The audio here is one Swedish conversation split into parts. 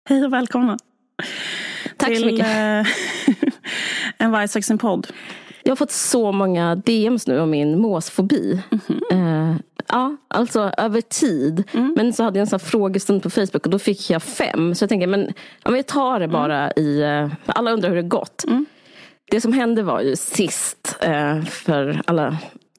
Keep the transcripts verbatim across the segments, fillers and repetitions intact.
Hej och välkomna. Tack till, så mycket. Eh, en Vargsexen-podd. Jag har fått så många D M's nu om min måsfobi. Mm-hmm. Eh, ja, alltså över tid. Mm. Men så hade jag en sån här frågestund på Facebook och då fick jag fem. Så jag tänkte, men, ja, men jag tar det bara mm. i... Eh, alla undrar hur det gått. Mm. Det som hände var ju sist eh, för alla...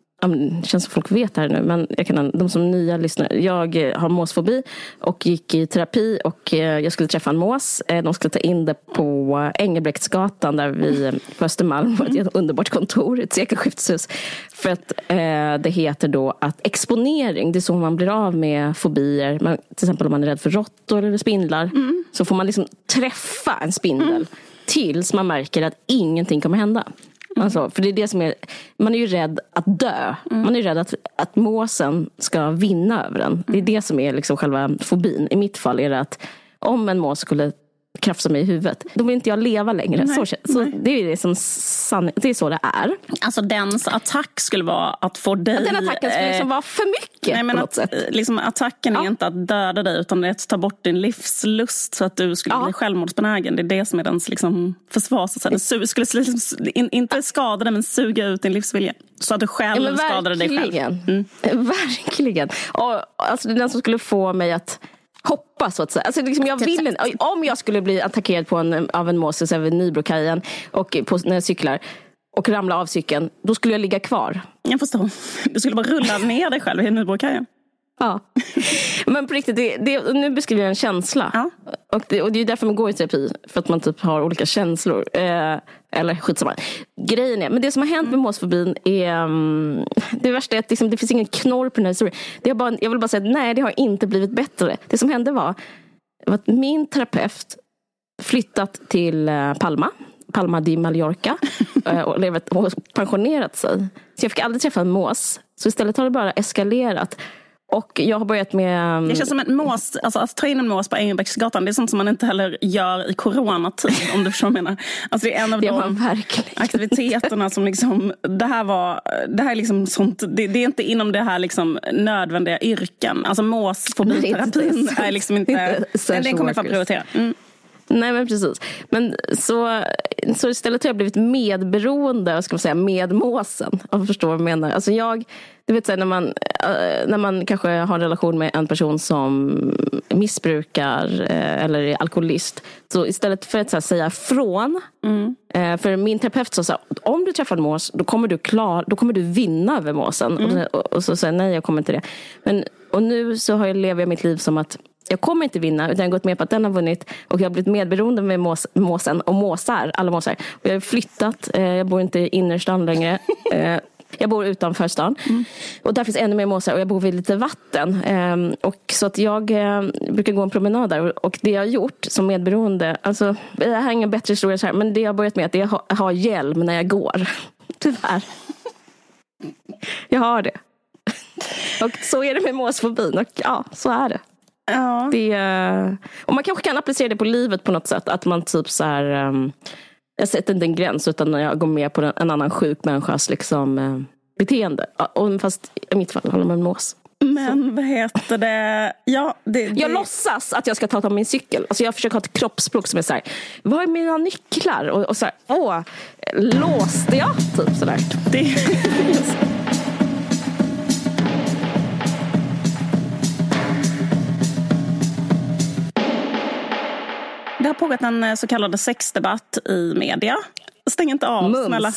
Det känns som folk vet här nu, men jag kan, de som nya lyssnar. Jag har måsfobi och gick i terapi och jag skulle träffa en mås. De skulle ta in det på Engelbrektsgatan där vi på Östermalm på ett underbart kontor, ett sekelskiftshus. För att eh, det heter då att exponering, det är så man blir av med fobier. Man, till exempel om man är rädd för råttor eller spindlar mm. så får man liksom träffa en spindel mm. tills man märker att ingenting kommer hända. Mm. Alltså, för det är det som är, man är ju rädd att dö. Mm. Man är ju rädd att, att måsen ska vinna över en. Det är det som är liksom själva fobin. I mitt fall är det att om en mås skulle krafsa mig i huvudet, då vill inte jag leva längre. Nej, så, så det är det som sann, det är så det är. Alltså dens attack skulle vara att få dig... Ja, den attacken skulle liksom vara för mycket. Nej, men på något att, sätt. Liksom, attacken är ja. inte att döda dig, utan det är att ta bort din livslust så att du skulle ja. bli självmordsbenägen. Det är det som är dens liksom, försvars. Så den su- skulle liksom, in, inte skada dig, men suga ut din livsvilja. Så att du själv ja, skadade dig själv. Mm. Verkligen. Och, alltså, det är den som skulle få mig att hoppas så att säga. Alltså, liksom, jag vill, om jag skulle bli attackerad på en, av en mås över Nybrokajen och på, när jag cyklar och ramla av cykeln, då skulle jag ligga kvar. Jag förstår. Du skulle bara rulla ner dig själv i Nybrokajen. Ja. Men på riktigt, det, det, nu beskriver jag en känsla. Ja. Och, det, och det är därför man går i terapi. För att man typ har olika känslor. Eh, eller skitsamma. Grejen är, men det som har hänt med måsfobin är... Um, det värsta är att liksom, det finns ingen knorr på den här historien. Det är bara, jag vill bara säga att nej, det har inte blivit bättre. Det som hände var, var att min terapeut flyttat till uh, Palma. Palma de Mallorca. uh, och, levat, och pensionerat sig. Så jag fick aldrig träffa en mås. Så istället har det bara eskalerat. Och jag har börjat med... Det känns som en mås, alltså att ta in en mås på Engelbrektsgatan, det är sånt som man inte heller gör i coronatid, om du förstår vad jag menar. Alltså det är en av de aktiviteterna som liksom, det här var, det här är liksom sånt, det, det är inte inom det här liksom nödvändiga yrken. Alltså måsfobiterapin är, är liksom inte, inte den kommer jag prioritera. Mm. Nej, men precis. Men så, så istället har jag blivit medberoende, ska man säga, med måsen. Jag förstår vad jag menar. Alltså jag, du vet så här, när man, när man kanske har en relation med en person som missbrukar eller är alkoholist, så istället för att så här, säga från, mm. för min terapeut sa så här, om du träffar en mås, då kommer du klar, då kommer du vinna över måsen. Mm. Och, och så säger nej, jag kommer inte det. Men, och nu så har jag, lever jag mitt liv som att jag kommer inte vinna, utan jag har gått med på att den har vunnit. Och jag har blivit medberoende med mås, måsen och måsar, alla måsar. Och jag har flyttat, eh, jag bor inte i innerstan längre. Eh, jag bor utanför stan. Mm. Och där finns ännu mer måsar och jag bor vid lite vatten. Eh, och så att jag eh, brukar gå en promenad där. Och det jag har gjort som medberoende, alltså, det här är ingen bättre historia så här, men det jag har börjat med att jag har, har hjälm när jag går. Tyvärr. Jag har det. Och så är det med måsfobin. Och ja, så är det. Ja. Det, och man kanske kan applicera det på livet på något sätt. Att man typ så här, um, jag sätter inte en gräns utan jag går med på en annan sjuk människas liksom, uh, beteende. Och fast i mitt fall handlar det om en mås. Men så. Vad heter det? Ja, det, det... Jag låtsas att jag ska ta av min cykel. Alltså jag försöker ha ett kroppsspråk som är så här, vad är mina nycklar? Och, och så här, åh, låste jag? Typ sådär. Det Det har pågått en så kallad sexdebatt i media. Stäng inte av, Mums. Snälla.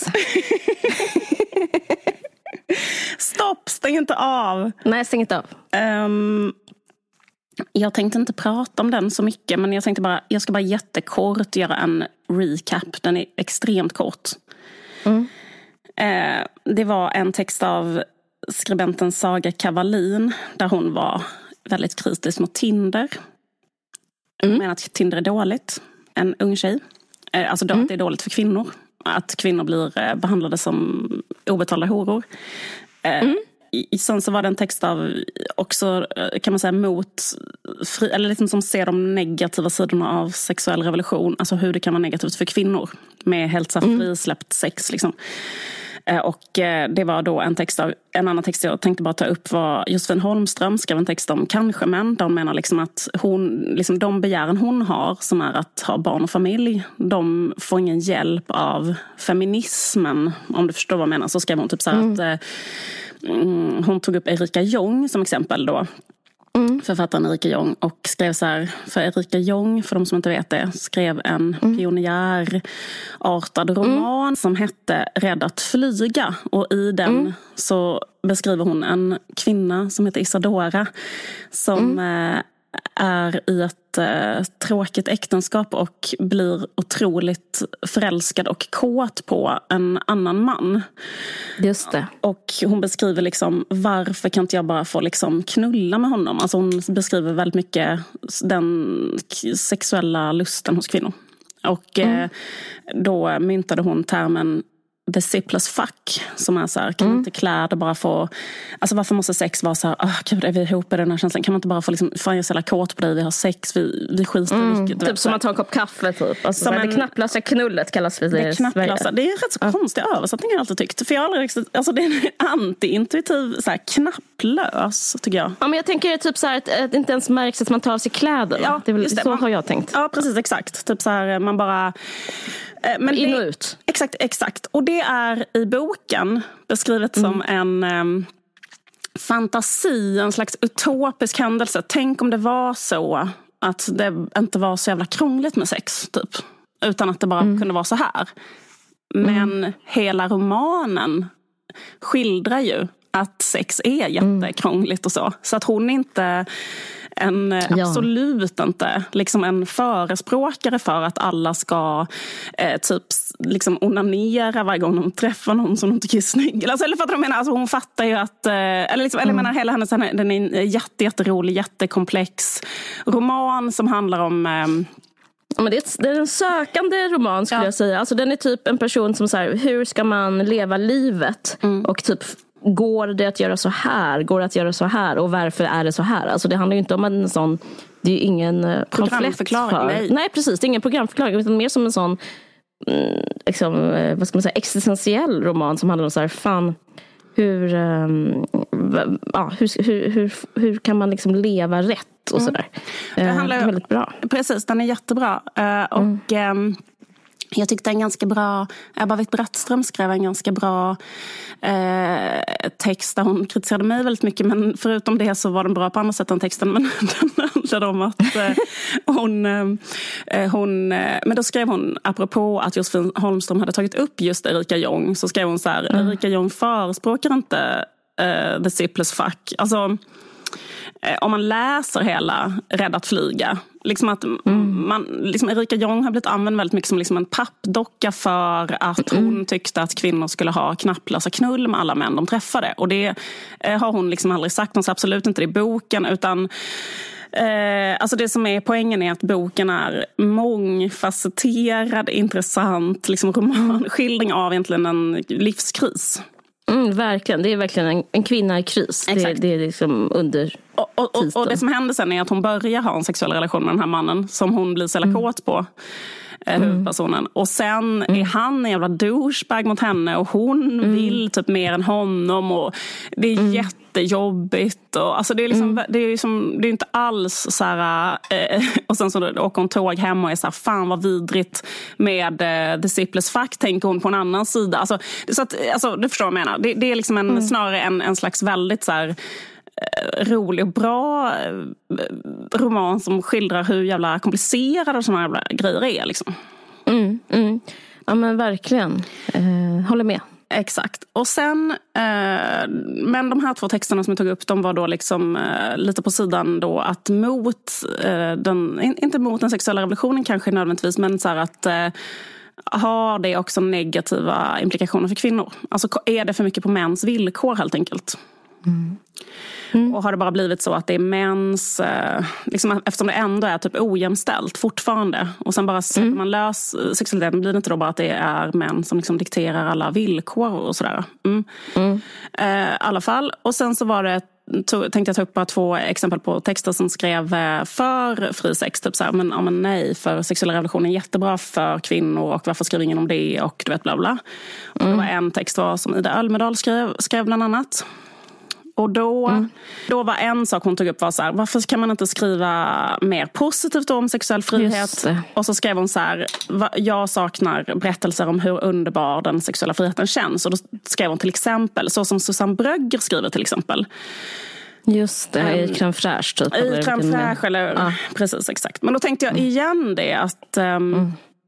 Stopp, stäng inte av. Nej, stäng inte av. Um, jag tänkte inte prata om den så mycket, men jag tänkte bara, jag ska bara jättekort göra en recap. Den är extremt kort. Mm. Uh, det var en text av skribenten Saga Kavalin där hon var väldigt kritisk mot Tinder. Mm. Men att Tinder är dåligt. En ung tjej. Alltså då, mm. att det är dåligt för kvinnor. Att kvinnor blir behandlade som obetalda horor. Mm. Sen så var det en text av också, kan man säga, mot fri, eller liksom som ser de negativa sidorna av sexuell revolution. Alltså hur det kan vara negativt för kvinnor med helt så här frisläppt sex liksom. Och det var då en text av, en annan text jag tänkte bara ta upp var Josefin Holmström skrev en text om kanske män, där hon menar liksom att hon, liksom de begären hon har som är att ha barn och familj, de får ingen hjälp av feminismen, om du förstår vad jag menar. Så skrev hon typ så här mm. att mm, hon tog upp Erika Jong som exempel då. Mm. Författaren Erika Jong, och skrev så här, för Erika Jong, för de som inte vet det, skrev en mm. pionjärartad roman mm. som hette Rädd att flyga, och i den mm. så beskriver hon en kvinna som heter Isadora som mm. är i ett eh, tråkigt äktenskap och blir otroligt förälskad och kåt på en annan man. Just det. Och hon beskriver liksom, varför kan inte jag bara få liksom knulla med honom? Alltså hon beskriver väldigt mycket den sexuella lusten hos kvinnor. Och mm. eh, då myntade hon termen the zipless fuck, som är så här, kan mm. inte kläder bara få, alltså varför måste sex vara så här, oh, gud, är vi ihop i den här känslan, kan man inte bara få liksom, fan jag är så jävla kåt på dig, vi har sex, vi, vi skiter mm. mycket. Typ som att ta en kopp kaffe typ, alltså, som en, det knapplösa knullet kallas för det. Det, knapplösa, det är en rätt så konstig ja. översättning jag alltid tyckt, för jag har aldrig, alltså det är en anti-intuitiv så här, knapplös tycker jag. Ja men jag tänker typ så här att, att det inte ens märks att man tar av sig kläder, ja, det är väl, så man, har jag tänkt. Ja precis, exakt, typ så här man bara men in och det, ut. Exakt, exakt. Och det är i boken beskrivet mm. som en um, fantasi, en slags utopisk händelse. Tänk om det var så att det inte var så jävla krångligt med sex, typ. Utan att det bara mm. kunde vara så här. Men mm. hela romanen skildrar ju att sex är jättekrångligt och så. Så att hon inte... En, ja. absolut inte liksom en förespråkare för att alla ska eh, typ liksom onanera varje gång de träffar någon som de tycker är snygg. Alltså, eller fattar du menar? Alltså, hon fattar ju att, eh, eller, liksom, mm. eller menar hela hennes, den är en jätte, jätterolig, jättekomplex roman som handlar om... Eh, Ja, men det, är, det är en sökande roman skulle ja. jag säga. Alltså, den är typ en person som så här, hur ska man leva livet? Mm. Och typ... Går det att göra så här? Går det att göra så här? Och varför är det så här? Alltså det handlar ju inte om en sån... Det är ju ingen programförklaring. För. Nej. nej, precis. Det är ingen programförklaring. Utan mer som en sån liksom, vad ska man säga, existentiell roman som handlar om så här, fan, hur, um, ja, hur, hur, hur, hur kan man liksom leva rätt och sådär. Mm. Det handlar, uh, det är väldigt bra. Precis, den är jättebra. Uh, och... Mm. Um, Jag tyckte en ganska bra, Ebba Witt-Brattström skrev en ganska bra eh, text där hon kritiserade mig väldigt mycket, men förutom det så var den bra på andra sätt än texten, men den handlade om att eh, hon, eh, hon eh, men då skrev hon, apropå att Josefin Holmström hade tagit upp just Erika Jong, så skrev hon så här, mm. Erika Jong förespråkar inte eh, the zipless fuck, alltså om man läser hela Rädd att flyga, liksom att mm. man, liksom Erika Jong har blivit använd väldigt mycket som liksom en pappdocka för att mm. hon tyckte att kvinnor skulle ha knapplösa knull med alla män de träffade. Och det eh, har hon liksom aldrig sagt, hon sa absolut inte det i boken, utan eh, alltså det som är poängen är att boken är mångfacetterad, intressant, liksom romanskildring av egentligen en livskris. Mm, verkligen, det är verkligen en, en kvinna i kris. Det, det är liksom under och, och, och, och det som händer sen är att hon börjar ha en sexuell relation med den här mannen som hon blir så jävla kåt på, eh, huvudpersonen. Och sen mm. är han en jävla douchebag mot henne och hon mm. vill typ mer än honom och det är mm. jättejobbigt och alltså det är liksom, mm. det är liksom, det är inte alls så här, eh, och sen så åker hon tåg hem och är så här, fan vad vidrigt med eh, the zipless fuck, tänker hon på en annan sida, alltså, så att, alltså du förstår vad jag menar, det, det är liksom en, mm. snarare en, en slags väldigt så här rolig och bra roman som skildrar hur jävla komplicerade och såna jävla grejer är liksom. Mm, mm. Ja men verkligen, eh, håller med. Exakt. Och sen eh, men de här två texterna som jag tog upp, de var då liksom eh, lite på sidan då att mot eh, den, inte mot den sexuella revolutionen kanske nödvändigtvis, men så här att eh, har det också negativa implikationer för kvinnor? Alltså är det för mycket på mäns villkor helt enkelt? Mm. Mm. Och har det bara blivit så att det är mäns, eh, liksom, eftersom det ändå är typ ojämställt fortfarande, och sen bara släpper mm. man lös sexualiteten, blir det inte då bara att det är män som liksom dikterar alla villkor och sådär. Mm. Mm. Eh, i alla fall. Och sen så var det tog, tänkte jag ta upp bara två exempel på texter som skrev för fri sex. Typ så här, men, ja, men nej, för sexuella revolutionen är jättebra för kvinnor och varför skriver ingen om det och du vet bla bla. Och mm. det var en text var, som Ida Ölmedal skrev, skrev bland annat. Och då, mm. då var en sak hon tog upp var så här, varför kan man inte skriva mer positivt om sexuell frihet? Och så skrev hon så här, jag saknar berättelser om hur underbar den sexuella friheten känns. Och då skrev hon till exempel, så som Susanne Brögger skriver till exempel. Just det, um, i Crème Fraîche typ. I Crème Fraîche, eller ja. Precis, exakt. Men då tänkte jag igen det att... Um, mm.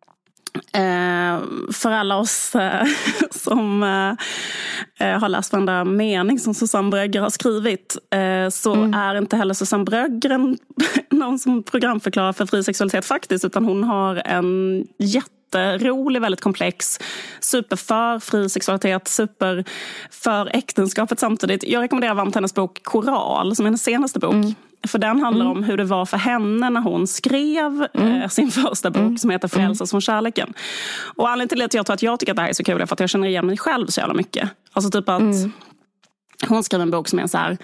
Eh, för alla oss eh, som eh, har läst varandra mening som Susanne Brögger har skrivit eh, så mm. är inte heller Susanne Brögger en, någon som programförklarar för fri sexualitet faktiskt, utan hon har en jätterolig, väldigt komplex, super för fri sexualitet, super för äktenskapet samtidigt. Jag rekommenderar varmt hennes bok Koral som är hennes senaste bok. Mm. För den handlar mm. om hur det var för henne när hon skrev mm. eh, sin första bok mm. som heter Frälsas från kärleken. Och anledningen till att jag tror att jag tycker att det här är så kul är för att jag känner igen mig själv så jävla mycket. Alltså typ att mm. hon skrev en bok som är så här...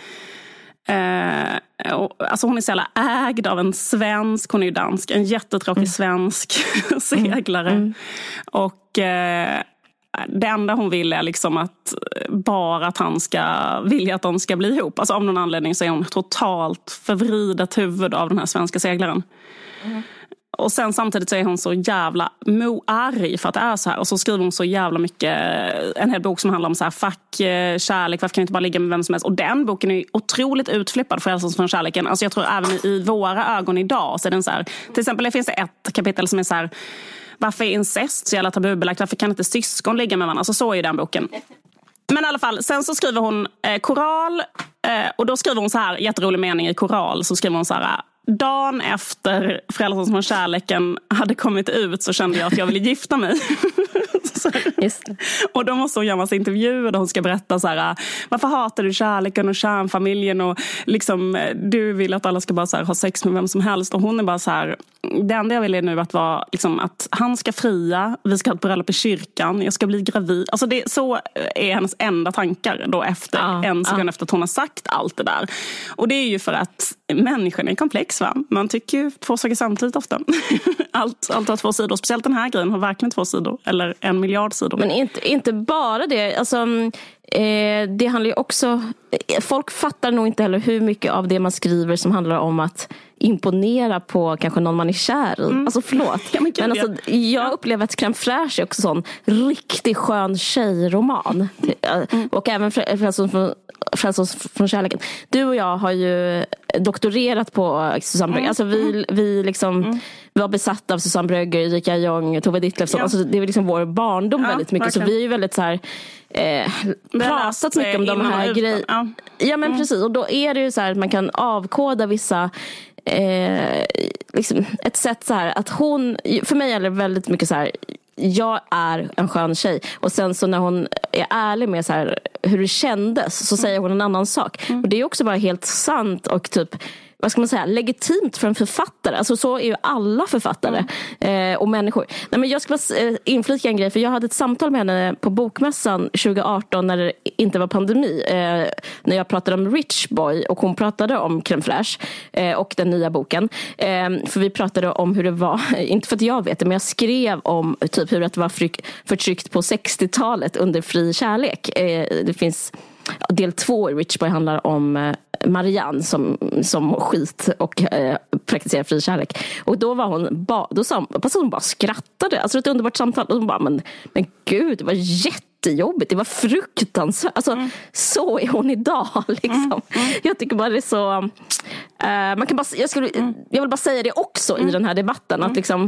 Eh, och, alltså hon är så jävla ägd av en svensk, hon är ju dansk, en jättetråkig mm. svensk seglare. Mm. Och... Eh, det enda hon vill är liksom att bara att han ska vilja att de ska bli ihop. Alltså av någon anledning så är hon totalt förvridet huvud av den här svenska seglaren. Mm. Och sen samtidigt så är hon så jävla moarg för att det är så här. Och så skriver hon så jävla mycket, en hel bok som handlar om så här, fuck, kärlek, varför kan jag inte bara ligga med vem som helst? Och den boken är otroligt utflippad, Frälsas från kärleken. Alltså jag tror även i våra ögon idag så är den så här, till exempel det finns det ett kapitel som är så här, varför är incest så jävla tabubelagt? Varför kan inte syskon ligga med varandra? Alltså så är ju den boken. Men i alla fall, sen så skriver hon eh, Koral. Eh, och då skriver hon så här, jätterolig mening i Koral. Så skriver hon så här, dagen efter Frälsas från kärleken hade kommit ut så kände jag att jag ville gifta mig. Just det. Och då måste hon göra massa intervjuer där hon ska berätta så här, varför hatar du kärleken och kärnfamiljen och liksom, du vill att alla ska bara så här, ha sex med vem som helst. Och hon är bara så här, det enda jag vill är nu att, vara, liksom, att han ska fria, vi ska ha ett bröllop i kyrkan, jag ska bli gravid. Alltså det, så är hennes enda tankar då efter, ah, en sekund ah. efter att hon har sagt allt det där. Och det är ju för att människan är komplex, va? Man tycker ju två saker samtidigt ofta. allt, allt har två sidor, speciellt den här grejen har verkligen två sidor, eller en miljard sidor. Men inte, inte bara det, alltså, eh, det handlar ju också, folk fattar nog inte heller hur mycket av det man skriver som handlar om att imponera på kanske någon man är kär i. Mm. Alltså förlåt. Ja, men men alltså, jag upplever att Crème Fraîche är också sån riktigt skön tjejroman. Mm. Och även Frälsas från, Frälsas från kärleken. Du och jag har ju doktorerat på Susanne Brögger. Mm. Alltså vi, vi liksom mm. vi var besatta av Susanne Brögger, Erika Jong, Tove Ditlevsson. Ja. Alltså det är liksom vår barndom ja, väldigt mycket. Verkligen. Så vi är ju väldigt så här eh, pratat mycket om de här grejerna. Ja. ja men mm. precis. Och då är det ju så här att man kan avkoda vissa Eh, liksom ett sätt så här att hon, för mig är det väldigt mycket så här, jag är en skön tjej och sen så när hon är ärlig med så här, hur det kändes så säger hon en annan sak mm. och det är också bara helt sant och typ vad ska man säga, legitimt för en författare. Alltså så är ju alla författare mm. eh, och människor. Nej, men jag ska bara eh, inflika en grej, för jag hade ett samtal med henne på Bokmässan tjugo arton när det inte var pandemi. Eh, när jag pratade om Rich Boy och hon pratade om Crème Fraîche eh, och den nya boken. Eh, för vi pratade om hur det var, inte för att jag vet det, men jag skrev om typ hur det var fryk, förtryckt på sextiotalet under fri kärlek. Eh, det finns del två i Rich Boy handlar om Marianne som, som skit och eh, praktiserar fri kärlek. Och då var hon ba, då sa hon, hon bara skrattade. Alltså ett underbart samtal. Och hon bara, men, men gud, det var jättejobbigt. Det var fruktansvärt. Alltså mm. så är hon idag liksom. Mm. Mm. Jag tycker bara det är så eh, man kan bara, jag, skulle, mm. jag vill bara säga det också mm. i den här debatten. Mm. Att liksom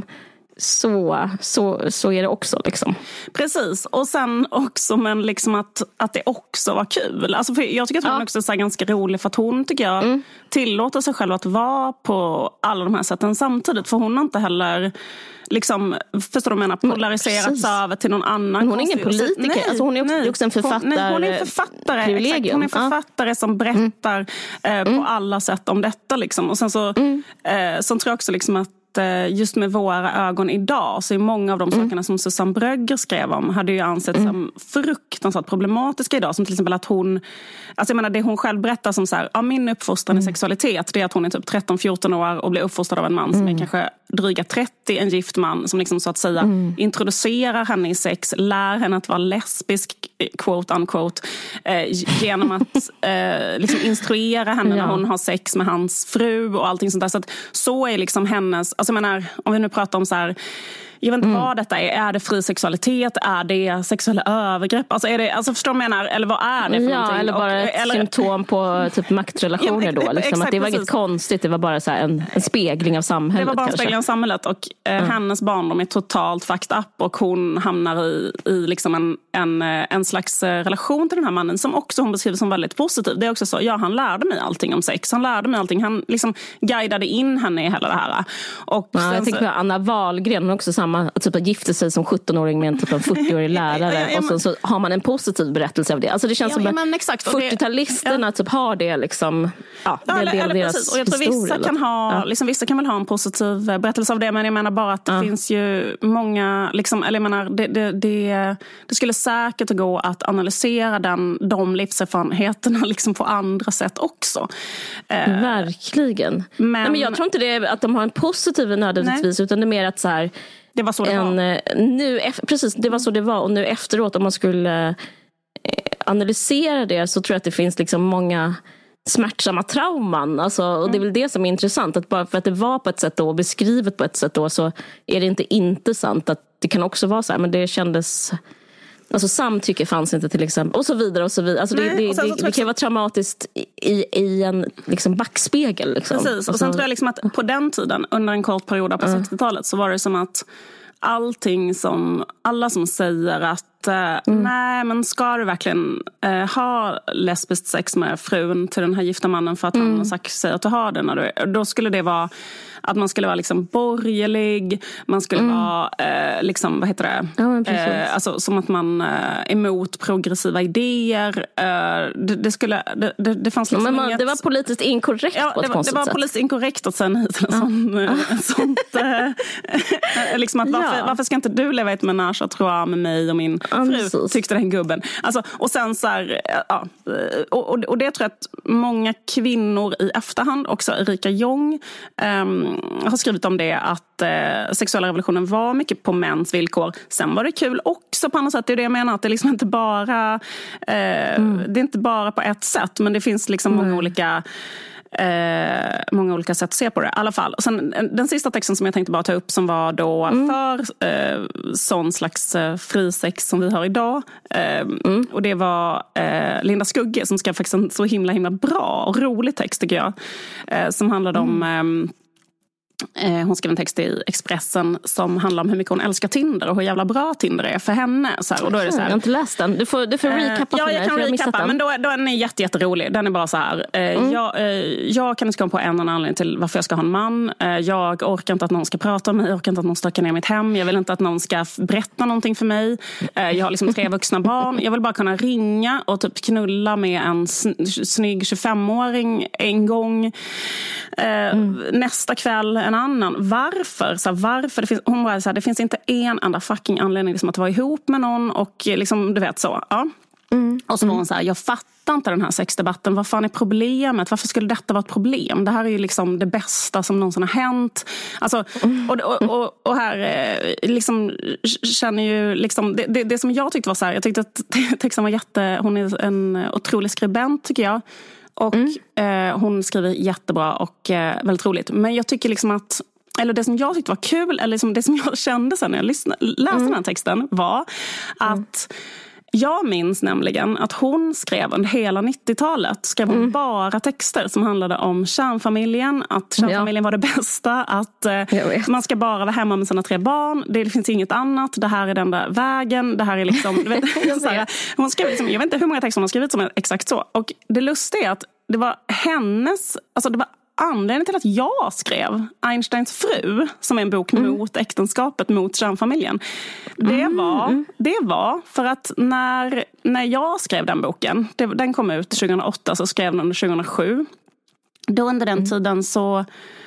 Så, så, så är det också liksom. Precis, och sen också men liksom att, att det också var kul. Alltså för jag tycker att hon ja. också är så ganska rolig för att hon tycker jag mm. tillåter sig själv att vara på alla de här sätten samtidigt. För hon har inte heller liksom, förstår du vad jag menar, polariserats över till någon annan. Men hon är ingen politiker, nej, alltså hon är också, nej. också en författare. Hon, nej, hon är en författare, exakt, hon är en författare ja. som berättar mm. eh, på mm. alla sätt om detta liksom. Och sen så mm. eh, sen tror jag också liksom att att just med våra ögon idag så är många av de mm. sakerna som Susanne Brögger skrev om hade ju ansetts mm. som fruktansvärt problematiska idag. Som till exempel att hon, alltså jag menar det hon själv berättar som så här, ja, min uppfostran mm. i sexualitet, det är att hon är typ tretton fjorton år och blir uppfostrad av en man mm. som är kanske dryga trettio, en gift man som liksom så att säga mm. introducerar henne i sex, lär henne att vara lesbisk, quote unquote, eh, genom att eh, liksom instruera henne ja. när hon har sex med hans fru och allting sånt där. Så att så är liksom hennes, alltså jag menar, om vi nu pratar om så här, jag vet inte mm. vad detta är. Är det fri sexualitet? Är det sexuella övergrepp? Alltså, är det, alltså förstår du vad jag menar? Eller vad är det för ja, någonting? Eller bara och, ett eller... symptom på typ maktrelationer då. Liksom, exakt, att det var precis. Inget konstigt. Det var bara så här en, en spegling av samhället. Det var bara en spegling av samhället. Och eh, mm. hennes barndom är totalt fucked up. Och hon hamnar i, i liksom en, en, en slags relation till den här mannen. Som också hon beskriver som väldigt positiv. Det är också så, ja han lärde mig allting om sex. Han lärde mig allting. Han liksom guidade in henne i hela det här. Och ja, jag så, tänker på Anna Wahlgren. Hon också samma typ att gifte sig som sjutton-åring med en typ av fyrtioårig lärare. ja, ja, ja, och så, så har man en positiv berättelse av det. Alltså det känns ja, som ja, att fyrtiotalisterna ja. typ har det liksom. Ja, det är ja, del deras precis. Och jag tror vissa kan ha, ja. liksom, vissa kan väl ha en positiv berättelse av det. Men jag menar bara att det ja. finns ju många, liksom, eller jag menar, det, det, det, det skulle säkert gå att analysera den, de livserfarenheterna liksom på andra sätt också. Verkligen. Men, Nej, men jag tror inte det är att de har en positiv nödvändigtvis, utan det är mer att så här, det var så det en, var. Nu, precis, det var så det var. Och nu efteråt, om man skulle eh, analysera det, så tror jag att det finns liksom många smärtsamma trauman. Alltså, och det är väl det som är intressant. Att bara för att det var på ett sätt då, och beskrivet på ett sätt då, så är det inte inte sant. Att det kan också vara så här, men det kändes... Alltså samtycke fanns inte till exempel. Och så vidare och så vidare. Alltså, Nej, det, det, det, det kan vara traumatiskt i, i en liksom backspegel. Liksom. Precis, och alltså, sen tror jag liksom att på den tiden, under en kort period på uh. sextiotalet, så var det som att allting som, alla som säger att uh, mm. nej men ska du verkligen uh, ha lesbiskt sex med frun till den här gifta mannen för att mm. han har sagt sig att du har det när du, då skulle det vara att man skulle vara liksom borgerlig, man skulle mm. vara eh, liksom, vad heter det? Ja, eh, alltså som att man är eh, emot progressiva idéer. Eh, det, det skulle det, det, det fanns liksom ja, men man, inget... det var politiskt inkorrekt ja, på ett det var, det var sätt. politiskt inkorrekt att säga nej till en sån, ja. sånt eh, liksom att varför, ja. varför ska inte du leva i ett menage à trois med mig och min ja, fru, precis. tyckte den gubben. Alltså, och sen så här, ja, och, och, och det tror jag att många kvinnor i efterhand, också Erika Jong eh, har skrivit om det, att eh, sexuella revolutionen var mycket på mäns villkor. Sen var det kul också på annat sätt. Det är det jag menar, att det är liksom inte bara eh, mm. det är inte bara på ett sätt, men det finns liksom mm. många olika Eh, många olika sätt att se på det i alla fall. Och sen, den sista texten som jag tänkte bara ta upp, som var då mm. för eh, sån slags eh, frisex som vi har idag, eh, mm. och det var eh, Linda Skugge som skrev faktiskt en så himla himla bra och rolig text tycker jag, eh, som handlade mm. om eh, hon skrev en text i Expressen som handlar om hur mycket hon älskar Tinder och hur jävla bra Tinder är för henne. Så här, och då är det så här, jag har inte läst den. Du får, du får recappa ja, för jag mig. kan recappa, men då, då är den jätte, jätterolig. Den är bara så här. Mm. Jag, jag kan inte komma på en anledning till varför jag ska ha en man. Jag orkar inte att någon ska prata om mig. Jag orkar inte att någon stökar ner mitt hem. Jag vill inte att någon ska berätta någonting för mig. Jag har liksom tre vuxna barn. Jag vill bara kunna ringa och typ knulla med en snygg tjugofemåring en gång. Mm. Nästa kväll en annan. Varför? Så här, varför? Det finns, hon bara så här, det finns inte en enda fucking anledning liksom, att vara ihop med någon och liksom, du vet så. Ja. Mm. Och så var hon så här, jag fattar inte den här sexdebatten. Vad fan är problemet? Varför skulle detta vara ett problem? Det här är ju liksom det bästa som någonsin har hänt. Alltså, och, och, och, och här liksom känner ju liksom, det, det, det som jag tyckte var så här, jag tyckte att texten var jätte, hon är en otrolig skribent tycker jag. Och mm. eh, hon skriver jättebra och eh, väldigt roligt. Men jag tycker liksom att, eller det som jag tyckte var kul, eller liksom det som jag kände sen när jag lyssnade, läste mm. den här texten var att mm. jag minns nämligen att hon skrev under hela nittiotalet skrev hon mm. bara texter som handlade om kärnfamiljen, att kärnfamiljen ja. var det bästa, att eh, man ska bara vara hemma med sina tre barn, det finns inget annat, det här är den där vägen, det här är liksom, du vet, så här, hon skrev liksom, jag vet inte hur många texter hon har skrivit som är exakt så, och det lustiga är att det var hennes, alltså det var anledningen till att jag skrev Einsteins fru, som är en bok mm. mot äktenskapet, mot kärnfamiljen. Det, mm. var, det var för att när, när jag skrev den boken, det, den kom ut tjugohundraåtta, så skrev den under tjugohundrasju. Då under den mm. tiden så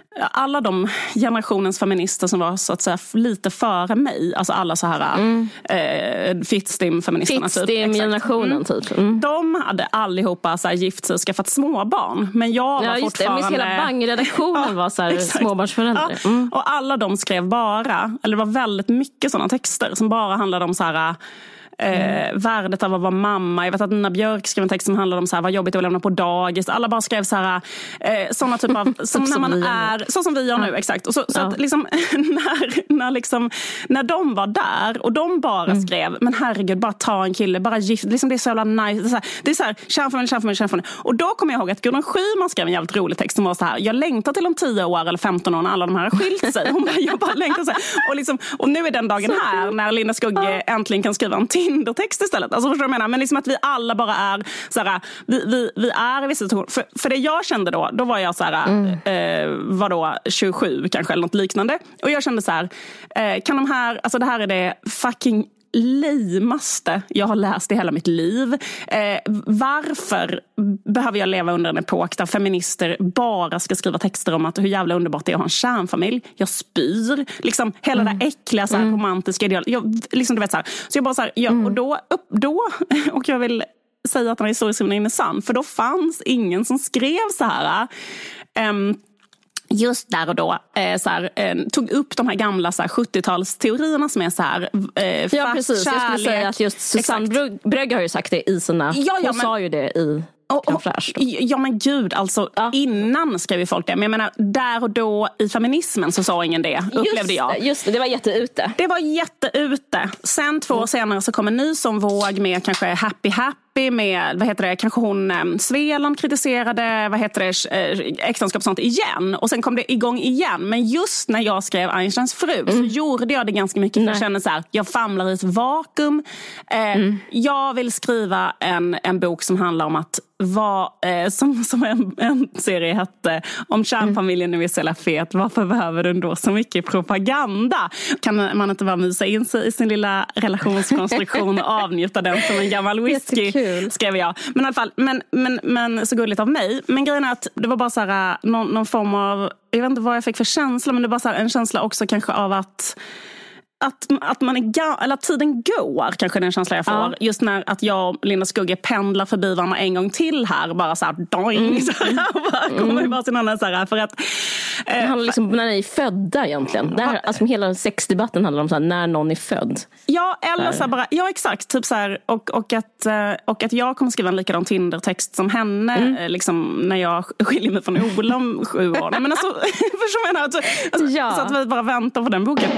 alla de generationens feminister som var så att säga lite före mig, alltså alla så här mm. eh, Fittstim-feministerna Fittstim-generationen typ, typ. Mm. De hade allihopa så här gift sig och skaffat småbarn, men jag var ja, just fortfarande det, hela Bang-redaktionen ja, var så här småbarnsföräldrar ja. mm. Och alla de skrev bara, eller det var väldigt mycket sådana texter som bara handlade om så här Eh, mm. värdet av att vara mamma. Jag vet att Nina Björk skrev en text som handlade om så här, vad jobbigt att lämna på dagis. Alla bara skrev så här eh, sådana typ av som när man är, så som vi gör nu, ja. Exakt. Och så, så ja. Att liksom när, när, liksom, när de var där och de bara mm. skrev, men herregud, bara ta en kille, bara gift, liksom det är så jävla nice. Det är så här, det är så här kärnfamilj, kärnfamilj, kärnfamilj. Och då kommer jag ihåg att Gudrun Schyman skrev en jävligt rolig text som var så här, jag längtar till om tio år eller femton år när alla de här har skilt sig. Hon bara, jag bara längtar så här. Och, liksom, och nu är den dagen här när Linda Skugge ja. Äntligen kan skriva en Tinder-text istället. Alltså förstår du vad jag menar? Men liksom att vi alla bara är så här, vi, vi, vi är i vissa situationer. För, för det jag kände då, då var jag så här, mm. eh, vadå, tjugosju kanske eller något liknande. Och jag kände så här, eh, kan de här, alltså det här är det fucking limaste jag har läst i hela mitt liv. Eh, varför behöver jag leva under en epok där feminister bara ska skriva texter om att hur jävla underbart det är att ha en kärnfamilj? Jag spyr. Liksom hela mm. det äckliga så här, mm. romantiska ideal. Jag, liksom, du vet, så, här. Så jag bara så här, ja, mm. och då, upp, då och jag vill säga att den här historieskrivningen är sann, för då fanns ingen som skrev så här um, just där och då eh, så här, eh, tog upp de här gamla så här, sjuttiotalsteorierna som är så här eh, fast ja, precis. kärlek. Jag skulle säga att just Susanne Brögg, Brögg har ju sagt det i sina, ja, ja, hon men, sa ju det i och, och, ja men gud, alltså ja. Innan skrev ju folk det, men jag menar där och då i feminismen så sa ingen det, upplevde just, jag. Just det, det var jätteute. Det var jätteute. Sen två år mm. senare så kom en ny som våg med kanske Happy Happy med, vad heter det, kanske hon eh, Sveland kritiserade, vad heter det, eh, äktenskap och sånt igen. Och sen kom det igång igen. Men just när jag skrev Einsteins fru mm. så gjorde jag det ganska mycket. För jag kände så här, jag famlar i ett vakuum. Eh, mm. Jag vill skriva en, en bok som handlar om att vad, eh, som, som en, en serie hette, om kärnfamiljen nu är så fet, varför behöver den då så mycket propaganda? Kan man inte bara mysa in sig i sin lilla relationskonstruktion och avnjuta den som en gammal whisky, skrev jag. Men i alla fall, men, men, men så gulligt av mig. Men grejen är att det var bara så här, någon, någon form av, jag vet inte vad jag fick för känsla, men det var så här, en känsla också kanske av att Att, att, man är ga- eller att tiden går, kanske den känsla jag får. Ja. Just när att jag och Linda Skugge pendlar förbi varandra en gång till här. Bara så här, doing. Mm. Så här, bara kommer mm. bara till någon så här. För att, eh, det handlar liksom när ni är födda egentligen. Det här, alltså, hela sexdebatten handlar om så här, när någon är född. Ja, eller så här, bara, ja exakt. Typ så här, och, och, att, och att jag kommer skriva en likadan Tinder-text som henne. Mm. Liksom, när jag skiljer mig från Ola om sju år. Men alltså, förstår jag menar? Alltså, alltså, ja. Så att vi bara väntar på den boken.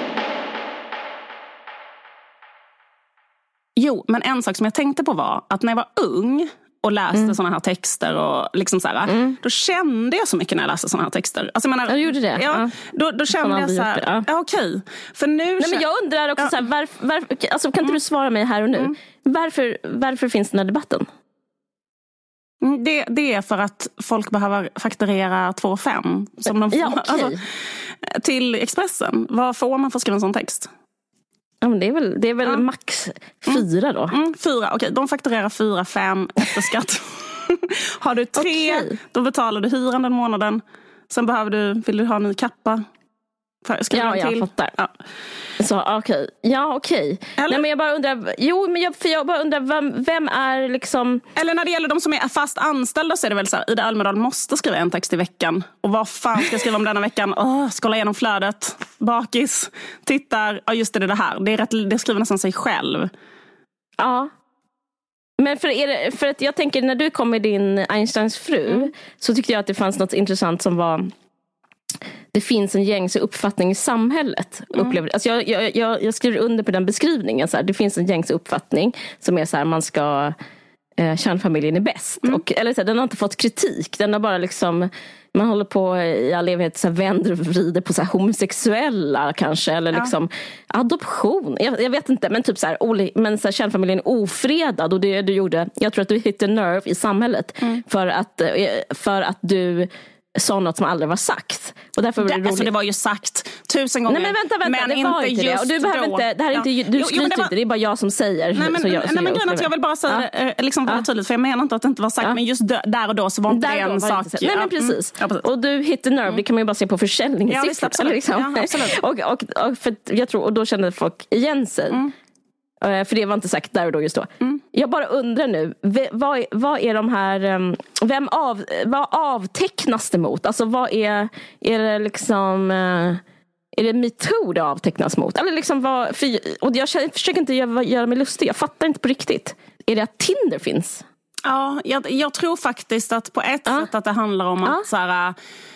Jo, men en sak som jag tänkte på var att när jag var ung och läste mm. såna här texter och liksom så här, mm. då kände jag så mycket när jag läste såna här texter. Alltså jag menar, jag gjorde det. Ja, ja. Då, då kände jag så här, ja, ja okej. För nu Nej, men jag undrar också ja. så här, varför, varför, alltså kan inte mm. du svara mig här och nu? Mm. Varför, varför finns den här debatten? Det, det är för att folk behöver fakturera två komma fem som de får, ja, okay. alltså, till Expressen. Vad får man för att skriva en sån text? Ja, men det är väl, det är väl ja. max fyra då? Mm, mm, fyra, okej. Okay. De fakturerar fyra, fem efter skatt. Har du tre, okay. då betalar du hyran den månaden. Sen behöver du, vill du ha en ny kappa? Ska ja, jag fattar. Ja. Så okej. Okay. Ja, okej. Okay. Nej, men jag bara undrar, jo, men jag, för jag bara undrar vem, vem är liksom... Eller när det gäller de som är fast anställda så är det väl så här, Ida Almedal måste skriva en text i veckan. Och vad fan ska jag skriva om denna veckan? Åh, skålla igenom flödet. Bakis. Tittar. Ja, just det, det här. Det är rätt, det skriver nästan sig själv. Ja. Men för, är det, för att jag tänker, när du kom med din Einsteins fru mm. så tyckte jag att det fanns något intressant som var... Det finns en gängse uppfattning i samhället. Mm. Upplever. Alltså jag, jag, jag, jag skriver under på den beskrivningen. Så här. Det finns en gängse uppfattning som är så här, man ska... Eh, kärnfamiljen är bäst. Mm. Och, eller så här, den har inte fått kritik. Den har bara liksom... Man håller på i all evighet så här, vänder och vrider på så här, homosexuella kanske. Eller ja. liksom adoption. Jag, jag vet inte. Men typ så här, oli, men så här, kärnfamiljen är ofredad. Och det du gjorde... Jag tror att du hittade nerve i samhället. Mm. För, att, för att du... sa något som aldrig var sagt. Och därför var det, det, alltså det var ju sagt tusen gånger. Nej men vänta, vänta, men det var inte det. Och du behöver inte, det här är inte, ja. du skryter inte, det, var... det är bara jag som säger. Nej men, så jag, nej, men grejen att jag vill bara säga ja. det liksom väldigt ja. tydligt, för jag menar inte att det inte var sagt, ja. men just där och då så var inte där det en sak. Nej men precis. Mm. Ja, precis. Och du hit the nerve, mm. det kan man ju bara se på försäljningssiffror. Ja, visst, absolut. Liksom. Ja, absolut. och, och, och, för jag tror, och då kände folk igen sig. Mm. För det var inte sagt där och då just då. Mm. Jag bara undrar nu, vad, vad är de här, vem av, vad avtecknas det mot? Alltså vad är, är det liksom, är det MeToo det avtecknas mot? Eller liksom vad, för, och jag försöker inte göra, göra mig lustig, jag fattar inte på riktigt. Är det att Tinder finns? Ja, jag, jag tror faktiskt att på ett ja. sätt att det handlar om ja. att så här,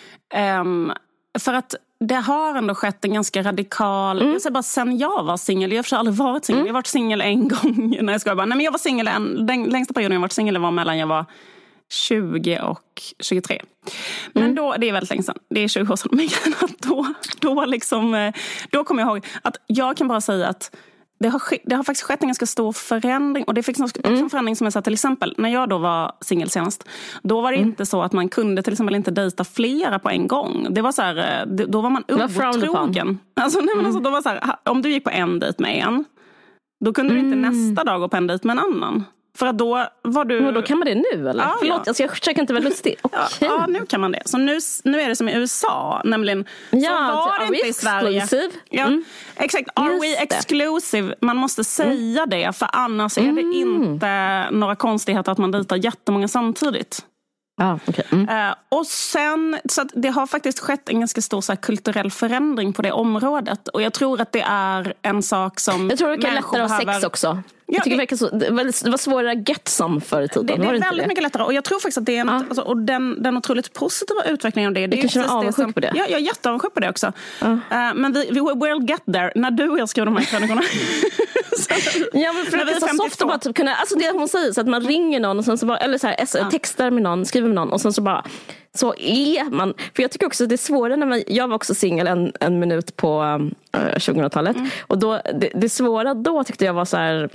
um, för att det har ändå skett en ganska radikal... Mm. Jag säger bara, sen jag var singel, jag har aldrig varit singel. Mm. Jag har varit singel en gång. Nej, jag ska bara, nej, men jag var singel en... Den längsta perioden jag varit singel var mellan jag var tjugo och tjugotre. Men mm. då, det är väldigt länge sedan. Det är tjugo år sedan. Men då, då, liksom, då kommer jag ihåg att jag kan bara säga att det har, det har faktiskt skett en ganska stor förändring. Och det fick också mm. en förändring som jag sa till exempel. När jag då var singel senast. Då var det mm. inte så att man kunde till exempel inte dejta flera på en gång. Det var så här, då var man otrogen. Alltså, nej, men mm. alltså, då var så här, om du gick på en dejt med en. Då kunde mm. du inte nästa dag gå på en dejt med en annan. För att då var du... Men då kan man det nu, eller? Ja, Förlåt, ja. Alltså, jag försöker inte vara lustig. Okay. Ja, ja, nu kan man det. Så nu, nu är det som i U S A, nämligen... Ja, så var det inte i Sverige. Ja, mm. Exakt. Are Just we exclusive? Det. Man måste säga mm. det, för annars är det mm. inte några konstigheter att man dejtar jättemånga samtidigt. Ah, okay. mm. uh, och sen, så att det har faktiskt skett en ganska stor så här, kulturell förändring på det området. Och jag tror att det är en sak som... Jag tror det kan lättare att ha sex också. Ja, jag tycker det, det, så, det, var, det var svårare att get some förr i tiden. Det, det är det väldigt det? mycket lättare. Och jag tror faktiskt att det är en, ah. alltså, och den, den otroligt positiva utvecklingen av det. Det är kanske är avundsjuk på det. Ja, jag är jätteavundsjuk på det också. Ah. Uh, men vi, vi will get there. När du och jag skriver de här krönikorna. Ja, men för att det är så soft att bara typ kunna, alltså det hon säger, så att man ringer någon och sen så bara, eller så här, ja. textar med någon, skriver med någon och sen så bara, så är man, för jag tycker också att det är svårare när man, jag var också singel en, en minut på uh, tjugohundratalet mm. och då, det, det svåra då tyckte jag var så här,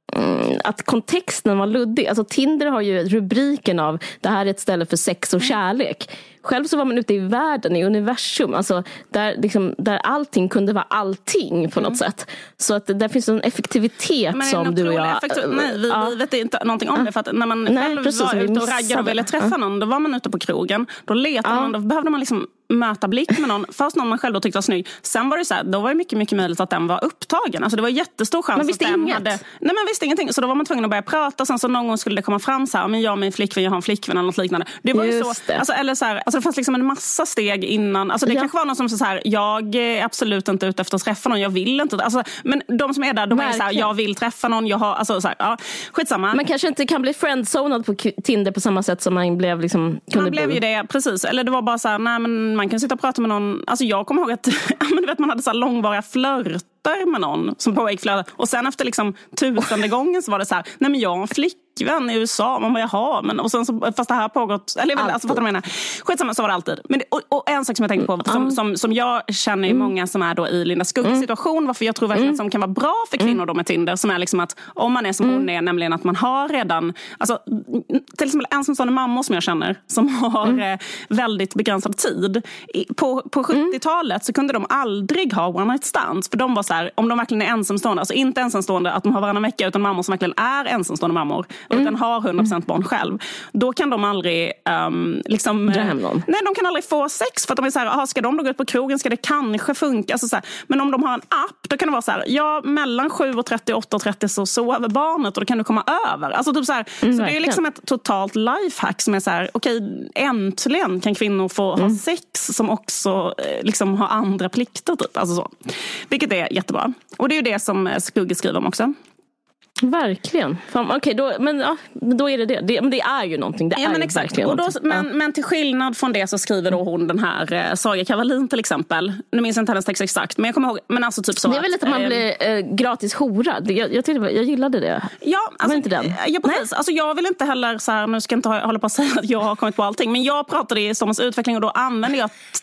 att kontexten var luddig. Alltså Tinder har ju rubriken av det här är ett ställe för sex och kärlek. Själv så var man ute i världen, i universum, alltså där, liksom, där allting kunde vara allting på något mm. sätt. Så att där finns en effektivitet men som du och jag... Effektiv... Nej, vi, ja. vi vet inte någonting om ja. det. För att när man Nej, själv precis, var ute och raggade och ville träffa ja. någon, då var man ute på krogen. Då letade ja. man, då behövde man liksom möta blick med någon. Först någon man själv då tyckte var snygg. Sen var det så här, då var det mycket, mycket möjligt att den var upptagen. Alltså det var jättestor chans man visste att den inget. hade... Nej, man visste ingenting. Så då var man tvungen att börja prata. Sen så någon gång skulle det komma fram så här, men jag och min flickvän, jag har en flickvän eller något liknande. Det var ju så... Det. Alltså, eller så här, alltså det fanns liksom en massa steg innan. Alltså det ja. kanske var någon som sa så här, jag är absolut inte ute efter att träffa någon, jag vill inte. Alltså, men de som är där, de Verkligen. är så här, jag vill träffa någon, jag har, alltså så här, ja, skitsamma. Man kanske inte kan bli friendzonad på Tinder på samma sätt som man blev liksom, kunde Man blev bo. ju det, precis. Eller det var bara så här, nej men man kan sitta och prata med någon. Alltså jag kommer ihåg att men du vet, man hade så här långvariga flörter med någon som pågick flöda. Och sen efter liksom tusende gången så var det så här, nej men jag har en flickvän i U S A, man bara jaha, men och sen så, fast det här har pågått, eller väl, alltså fattar du menar. Skitsamma, så var det alltid. Men det, och, och en sak som jag tänkte på som, som, som jag känner i många som är då i Linda Skuggs mm. situation, varför jag tror verkligen mm. som kan vara bra för kvinnor då med Tinder, som är liksom att om man är som mm. hon är, nämligen att man har redan, alltså till exempel ensamstående mammor som jag känner som har mm. väldigt begränsad tid. På, på sjuttiotalet så kunde de aldrig ha one night stands, för de var så här, om de verkligen är ensamstående, alltså inte ensamstående att de har varannan vecka, utan mammor som verkligen är ensamstående mammor mm. utan har hundra procent barn själv, då kan de aldrig um, liksom, dra hem någon. Nej, de kan aldrig få sex för att de är så här, aha, ska de då gå ut på krogen, ska det kanske funka, alltså så här, men om de har en app, då kan det vara så här, ja, mellan sju och trettio, åtta och trettio så sover barnet och då kan du komma över, alltså typ så här, mm, så det är liksom ett totalt lifehack som är så här, okej, okay, äntligen kan kvinnor få mm. ha sex som också liksom har andra plikter typ, alltså så. Vilket är jättebra. Och det är ju det som Skugge skriver om också. Verkligen. Okej, okay, då, men, ja, då är det det. det. Men det är ju någonting. Det ja, är men exakt. Och då, men, ja. men till skillnad från det så skriver då hon den här eh, Saga Kavalin till exempel. Nu minns jag inte hennes text exakt, men jag kommer ihåg, men alltså typ så. Det är väl lite att man eh, blir eh, gratis horad. Jag, jag, tyckte, jag gillade det. Ja, alltså, var inte den? Ja, precis. Alltså, jag vill inte heller så här, nu ska jag inte hålla på att säga att jag har kommit på allting, men jag pratade i Stormens utveckling och då använde jag t-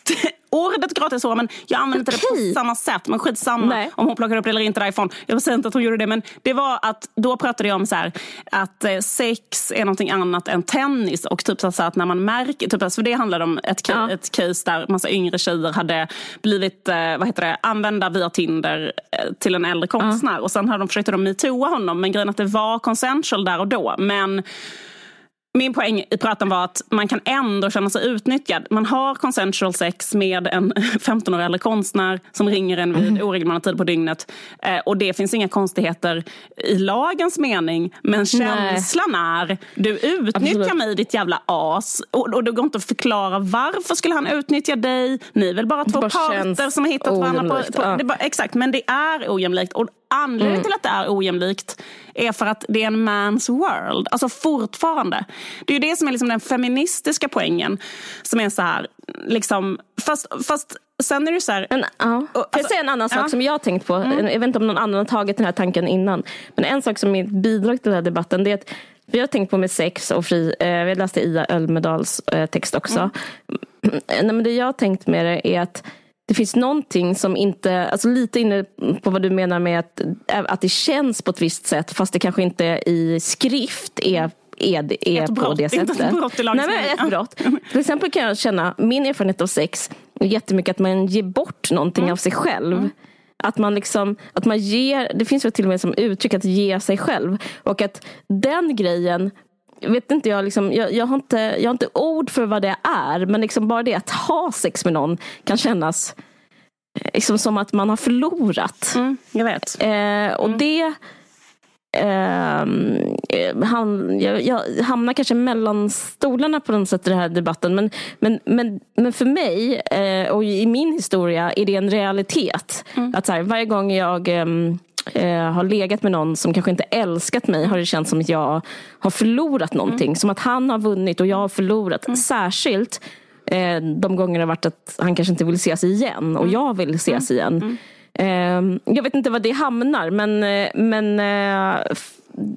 ordet gratis hår, men jag använder inte Okej. det på samma sätt. Men skitsamma Nej. om hon plockade upp det eller inte därifrån. Jag säger inte att hon gjorde det, men det var att då pratade jag om så här, att eh, sex är någonting annat än tennis. Och typ så att när man märker, typ, alltså, för det handlade om ett, Ja. ett case där massa yngre tjejer hade blivit, eh, vad heter det, använda via Tinder eh, till en äldre konstnär. Ja. Och sen hade de försökt att metooa honom, men grejen att det var consensual där och då. Men min poäng i pratan var att man kan ändå känna sig utnyttjad. Man har consensual sex med en femton år äldre konstnär som ringer en vid mm. oregelbundna tid på dygnet. Eh, och det finns inga konstigheter i lagens mening. Men känslan Nej. är, du utnyttjar Absolut. mig ditt jävla as. Och, och det går inte att förklara varför skulle han utnyttja dig. Ni är väl bara två bara parter som har hittat varandra på... på ja. det bara, exakt, men det är ojämlikt. Och anledningen mm. till att det är ojämlikt är för att det är en man's world. Alltså fortfarande. Det är ju det som är liksom den feministiska poängen. Som är så här, liksom, fast, fast sen är det så här... Men, ja. Får jag alltså, säga en annan sak ja. som jag har tänkt på? Mm. Jag vet inte om någon annan har tagit den här tanken innan. Men en sak som är ett bidrag till den här debatten, det är att vi har tänkt på med sex och fri... Eh, vi läste Ia Ölmedals eh, text också. Mm. Nej, men det jag har tänkt med det är att det finns någonting som inte, alltså lite inne på vad du menar med att, att det känns på ett visst sätt fast det kanske inte i skrift är, är, är på brott, det sättet. Ett brott i Nej, men ett brott. Till exempel kan jag känna, min erfarenhet av sex är jättemycket att man ger bort någonting mm. av sig själv. Mm. Att man liksom, att man ger, det finns väl till och med som uttryck att ge sig själv. Och att den grejen, vet inte jag, liksom, jag, jag, har inte, jag har inte ord för vad det är, men liksom bara det att ha sex med någon kan kännas liksom som att man har förlorat. Mm, jag vet. Eh, och mm. det eh, han, jag, jag hamnar kanske mellan stolarna på något sätt i den här debatten, men, men, men, men för mig eh, och i min historia är det en realitet. Mm. Att så här, varje gång jag eh, Eh, har legat med någon som kanske inte älskat mig, har det känts som att jag har förlorat någonting. Mm. Som att han har vunnit och jag har förlorat. Mm. Särskilt eh, de gånger det har varit att han kanske inte vill ses igen och mm. jag vill ses mm. igen. Mm. Eh, jag vet inte vad det hamnar, men, men eh, f-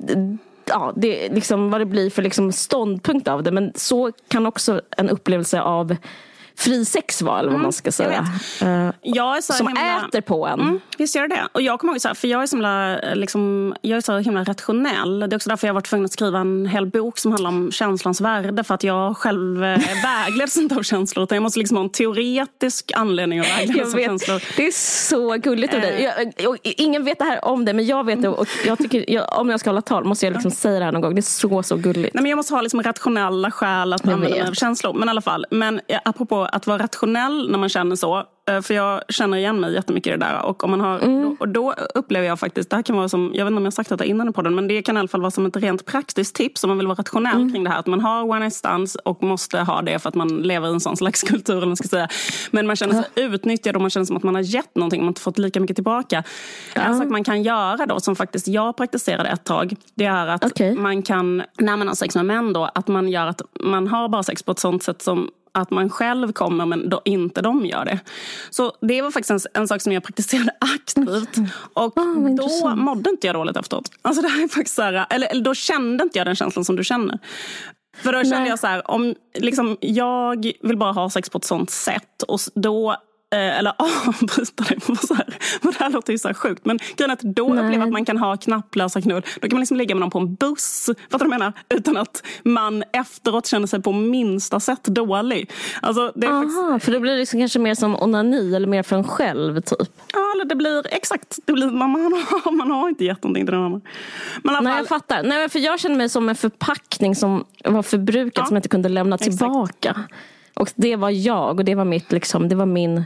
ja, det är liksom vad det blir för liksom ståndpunkt av det. Men så kan också en upplevelse av fri sex var, eller vad mm, man ska säga. Uh, jag är så som himla, äter på en. Mm, visst gör det. Och jag kommer ihåg så här, för jag är så himla, liksom, jag är så himla rationell. Det är också därför jag har varit tvungen att skriva en hel bok som handlar om känslans värde. För att jag själv är vägleds inte av känslor. Utan jag måste liksom ha en teoretisk anledning att vägledas av känslor. Det är så gulligt av dig. Jag, jag, ingen vet det här om det, men jag vet det. Och jag tycker, jag, om jag ska hålla tal måste jag liksom säga det här någon gång. Det är så, så gulligt. Nej, men jag måste ha liksom rationella skäl att använda mig av känslor. Men i alla fall, men apropå att vara rationell när man känner så, för jag känner igen mig jättemycket i det där, och om man har mm. då, och då upplever jag faktiskt, det här kan vara som, jag vet inte om jag har sagt detta innan i podden, men det kan i alla fall vara som ett rent praktiskt tips om man vill vara rationell mm. kring det här, att man har one night stands och måste ha det för att man lever i en sån slags kultur, eller man ska säga, men man känner sig mm. utnyttjad och man känner som att man har gett någonting och man inte fått lika mycket tillbaka. Mm. En sak man kan göra då, som faktiskt jag praktiserade ett tag, det är att okay. man kan, när man har sex med män då, att man gör att man har bara sex på ett sånt sätt som att man själv kommer men då inte de gör det. Så det var faktiskt en, en sak som jag praktiserade aktivt. Och oh, då mådde inte jag dåligt efteråt. Alltså det här är faktiskt så här, eller, eller då kände inte jag den känslan som du känner. För då kände Nej. jag så här, om liksom, jag vill bara ha sex på ett sånt sätt, och då eller avbryta det på så här. Det här låter ju så här sjukt, men grejen är att då Nej. upplever att man kan ha knapplösa knull. Då kan man liksom ligga med någon på en buss, vad du menar, utan att man efteråt känner sig på minsta sätt dålig. Alltså, det är Aha, faktiskt... för det blir liksom kanske mer som onani eller mer för en själv typ. Ja, eller det blir exakt, det blir, man, man, har, man har inte gett någonting till den andra. Men Nej, fall... jag fattar. Nej, för jag känner mig som en förpackning som var förbrukad, ja. som jag inte kunde lämna tillbaka. Exakt. Och det var jag, och det var mitt liksom, det var min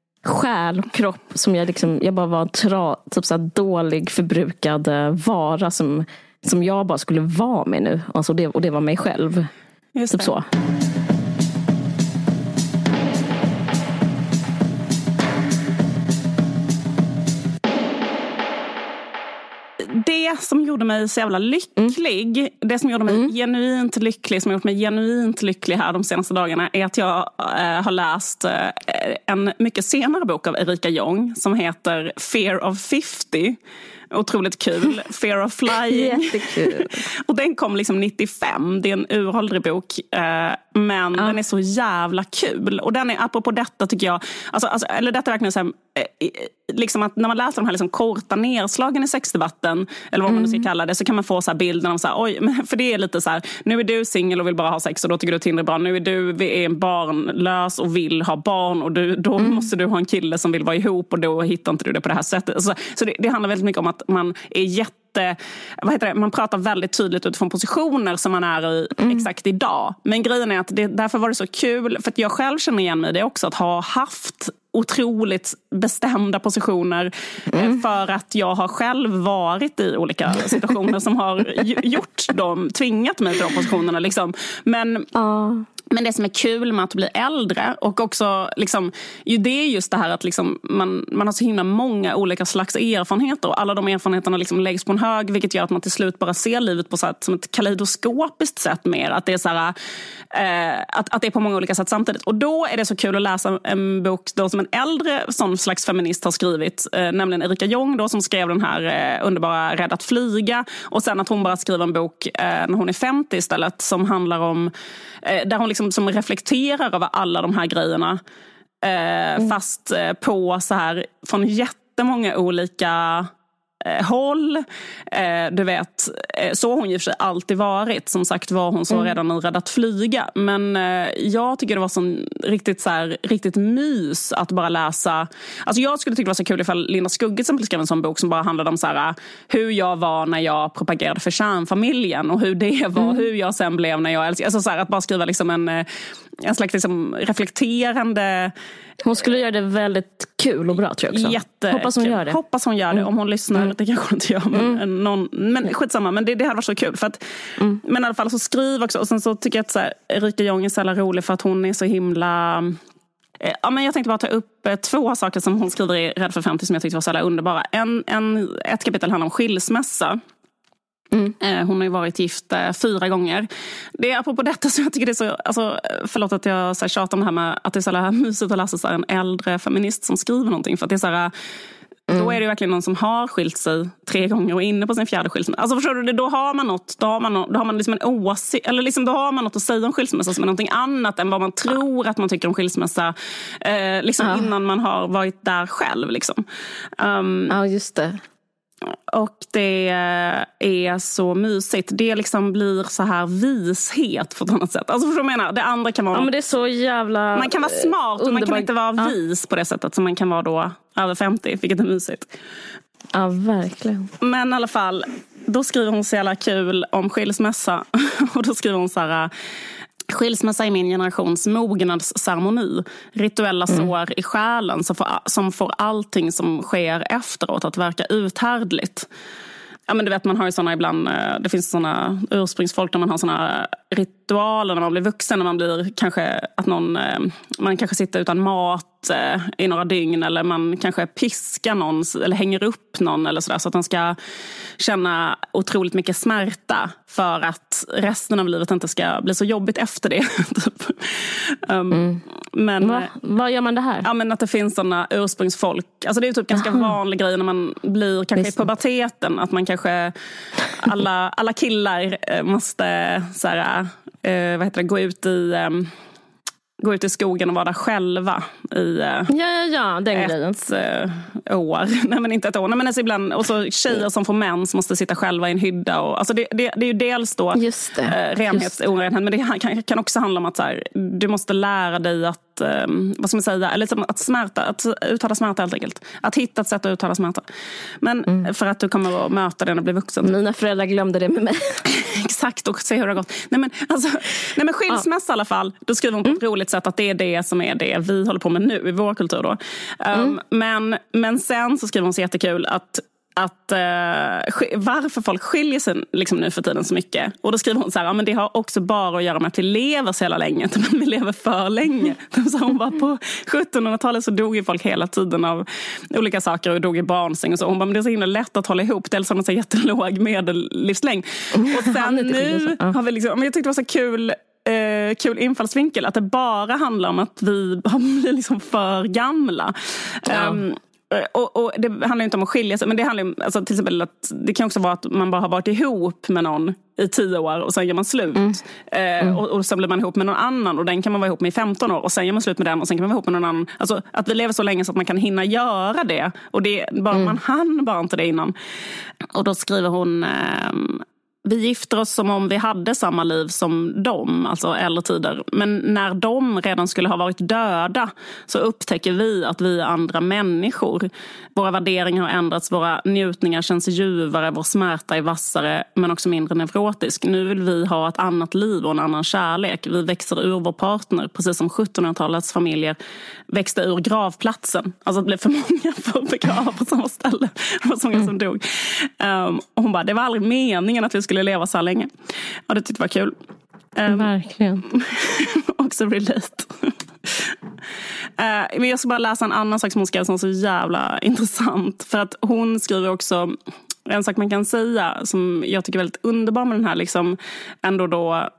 själ och kropp som jag liksom, jag bara var en tra, typ så här dålig förbrukad vara som, som jag bara skulle vara med nu. Alltså det, och det var mig själv. Just typ det. Så. det som gjorde mig så jävla lycklig, mm. det som gjorde mig mm. genuint lycklig, som gjort mig genuint lycklig här de senaste dagarna, är att jag äh, har läst äh, en mycket senare bok av Erika Jong som heter Fear of fifty. Otroligt kul. Fear of Flying. Jättekul. Och den kom liksom nittiofem. Det är en uråldrig bok. Eh, men ja. Den är så jävla kul. Och den är, apropå detta tycker jag, alltså, alltså, eller detta är verkligen så här, eh, liksom att när man läser de här liksom korta nedslagen i sexdebatten, eller vad man nu ska kalla det, så kan man få så här bilden av så här, oj, men för det är lite så här, nu är du singel och vill bara ha sex och då tycker du Tinder är bra. Nu är du vi är barnlös och vill ha barn och du, då mm. måste du ha en kille som vill vara ihop och då hittar inte du det på det här sättet. Alltså, så det, det handlar väldigt mycket om att man är jätte, vad heter det, man pratar väldigt tydligt utifrån positioner som man är i mm. exakt idag. Men grejen är att det, därför var det så kul, för att jag själv känner igen mig det också, att ha haft otroligt bestämda positioner mm. för att jag har själv varit i olika situationer som har gjort dem, tvingat mig till de positionerna liksom. Men uh. Men det som är kul med att bli äldre och också liksom, ju det är just det här att liksom man, man har så himla många olika slags erfarenheter och alla de erfarenheterna liksom läggs på en hög, vilket gör att man till slut bara ser livet på så här, som ett kaleidoskopiskt sätt mer, att det är så här, eh, att, att det är på många olika sätt samtidigt. Och då är det så kul att läsa en bok då som en äldre sån slags feminist har skrivit, eh, nämligen Erika Jong då, som skrev den här eh, underbara Rädd att flyga, och sen att hon bara skriver en bok eh, när hon är femtio istället, som handlar om eh, där hon liksom som reflekterar över alla de här grejerna eh, mm. fast eh, på så här från jättemånga olika eh, håll. Eh, du vet, eh, så har hon ju för sig alltid varit. Som sagt var hon så mm. redan i Rädd att flyga. Men eh, jag tycker det var sån riktigt, så här, riktigt mys att bara läsa. Alltså jag skulle tycka det var så kul ifall Linda Skugge som skrev en sån bok som bara handlade om så här, hur jag var när jag propagerade för kärnfamiljen och hur det var, mm. hur jag sen blev när jag älskade. Alltså så här, att bara skriva liksom en, en slags liksom reflekterande. Hon skulle göra det väldigt kul och bra, tror jag också. Jätte- Hoppas hon gör det. Hoppas hon gör det, om hon lyssnar. Mm. Det kanske hon inte gör. Men, mm. någon, men skitsamma, men det, det hade varit så kul. För att, mm. Men i alla fall så skriv också. Och sen så tycker jag att så här, Erika Jong är så jävla rolig för att hon är så himla... Eh, ja, men jag tänkte bara ta upp eh, två saker som hon skriver i Rädd för femtio som jag tyckte var så jävla underbara. En, en, ett kapitel handlar om skilsmässa. Mm. Eh, hon har ju varit gift eh, fyra gånger. Det är apropå detta som jag tycker det är så, alltså, förlåt att jag så här, tjatar om det här med att det är så här mysigt att läsa så här, en äldre feminist som skriver någonting, för att det är så här, mm. då är det ju verkligen någon som har skilt sig tre gånger och är inne på sin fjärde skilsmässa. Alltså förstår du, då har man något, då har man, något, då har man liksom en åsikt, eller liksom då har man något att säga om skilsmässa som är någonting annat än vad man tror att man tycker om skilsmässa eh, liksom ja. innan man har varit där själv liksom. Um, ja, just det. Och det är så mysigt. Det liksom blir så här vishet på ett annat sätt. Alltså för jag menar, det andra kan vara... Ja, men det är så jävla... Man kan vara smart och man kan inte vara ja. vis på det sättet som man kan vara då över femtio, vilket är mysigt. Ja, verkligen. Men i alla fall, då skriver hon så jävla kul om skilsmässa. Och då skriver hon så här... Skilsmässa är min generations mognadsceremoni. Rituella mm. sår i själen som får, som får allting som sker efteråt att verka uthärdligt. Ja, men du vet, man har ju såna ibland, det finns såna ursprungsfolk där man har såna ritualer när man blir vuxen, när man blir kanske att någon, man kanske sitter utan mat i några dygn, eller man kanske piskar någon eller hänger upp någon eller sådär, så att den ska känna otroligt mycket smärta för att resten av livet inte ska bli så jobbigt efter det. Typ. Um, mm. Men Va? Vad gör man det här? Ja, men att det finns såna ursprungsfolk. Alltså det är ju typ ganska Aha. vanlig grej när man blir kanske Visst. i puberteten, att man kanske alla, alla killar måste så här, uh, vad heter det, gå ut i um, gå ut i skogen och vara där själva i uh, ja, ja, ja, den ett grejen. Uh, år. Nej, men inte ett år. Nej, men alltså ibland, och så tjejer som får män som måste sitta själva i en hydda. Och, alltså det, det, det är ju dels då Just det. Uh, renhetsorenhet, men det kan, kan också handla om att så här, du måste lära dig att Um, vad ska man säga, eller liksom att smärta, att uttala smärta helt enkelt. Att hitta ett sätt att uttala smärta. Men mm. för att du kommer att möta den och bli vuxen. Mina föräldrar glömde det med mig. Exakt, och se hur det har gått. Nej men, alltså, nej, men skilsmässa ja. i alla fall. Då skriver hon på ett mm. roligt sätt att det är det som är det vi håller på med nu i vår kultur då. Um, mm. men, men sen så skriver hon så jättekul att att uh, varför folk skiljer sig liksom nu för tiden så mycket. Och då skriver hon så här, ja, men det har också bara att göra med att vi lever så hela länge, men vi lever för länge. Så hon bara, på sjuttonhundratalet så dog ju folk hela tiden av olika saker och dog i barnsäng och så. Hon bara, men det är så himla lätt att hålla ihop, dels har man så jättelåg medellivslängd. Och sen nu har vi liksom, men jag tyckte det var så kul Uh, kul infallsvinkel att det bara handlar om att vi har blivit liksom för gamla. Ja. Um, och, och det handlar inte om att skilja sig, men det handlar om, alltså, till exempel att det kan också vara att man bara har varit ihop med någon i tio år och sen gör man slut. Mm. Uh, mm. och, och sen blir man ihop med någon annan och den kan man vara ihop med i femton år och sen gör man slut med den och sen kan man vara ihop med någon annan. Alltså att vi lever så länge så att man kan hinna göra det och det, bara, mm. man hann bara inte det innan. Och då skriver hon um, vi gifter oss som om vi hade samma liv som dem, alltså äldre tider. Men när de redan skulle ha varit döda så upptäcker vi att vi är andra människor. Våra värderingar har ändrats, våra njutningar känns ljuvare, vår smärta är vassare men också mindre neurotisk. Nu vill vi ha ett annat liv och en annan kärlek. Vi växer ur vår partner, precis som sjuttonhundratalets familjer växte ur gravplatsen. Alltså det blev för många för att begrava på samma ställe. Det var så många som dog. Um, och hon bara, det var aldrig meningen att vi skulle leva så här länge. Och det tyckte jag var kul. Um, Verkligen. också relate. uh, men jag ska bara läsa en annan sak som hon skrev som är så jävla intressant. För att hon skriver också en sak man kan säga som jag tycker är väldigt underbar med den här liksom ändå då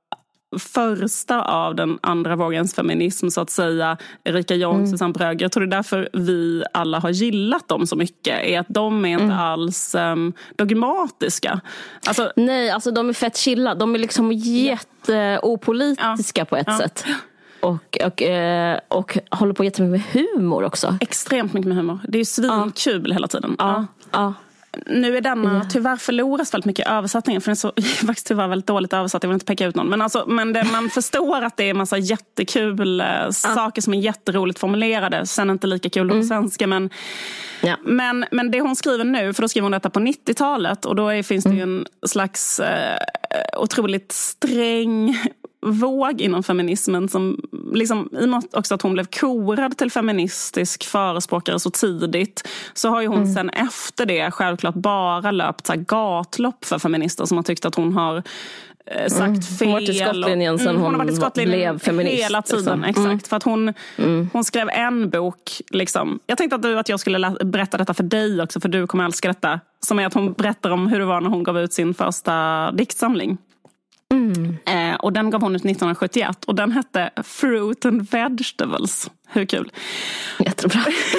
första av den andra vågens feminism så att säga, Erika Jong, mm. Susanne Brögger. Jag tror det är därför vi alla har gillat dem så mycket, är att de är inte mm. alls um, dogmatiska. Alltså, nej, alltså de är fett chilla. De är liksom jätteopolitiska ja. på ett ja. sätt. Och, och, och, och håller på jättemycket med humor också. Extremt mycket med humor. Det är ju svinkul ja. hela tiden. Ja, ja. ja. Nu är denna yeah. tyvärr förloras väldigt mycket översättningen, för den är så faktiskt tyvärr väldigt dåligt översatt. Jag vill inte peka ut någon, men, alltså, men det, man förstår att det är en massa jättekul uh. saker som är jätteroligt formulerade. Sen inte lika kul mm. på svenska, men, yeah. men, men det hon skriver nu, för då skriver hon detta på nittiotalet och då är, finns det mm. ju en slags uh, otroligt sträng våg inom feminismen som liksom, i och med också att hon blev korad till feministisk förespråkare så tidigt, så har ju hon mm. sen efter det självklart bara löpt så här gatlopp för feminister som har tyckt att hon har eh, sagt mm. fel. Hon har varit i skottlinjen sen mm, hon, hon har blev feminist. Hela tiden, liksom. Exakt. Mm. För att hon, mm. hon skrev en bok liksom. Jag tänkte att, du, att jag skulle lä- berätta detta för dig också, för du kommer älska detta. Som är att hon berättar om hur det var när hon gav ut sin första diktsamling. Mm. Eh, och den gav hon ut nittonhundrasjuttioett och den hette Fruit and Vegetables. Hur kul? Jättebra.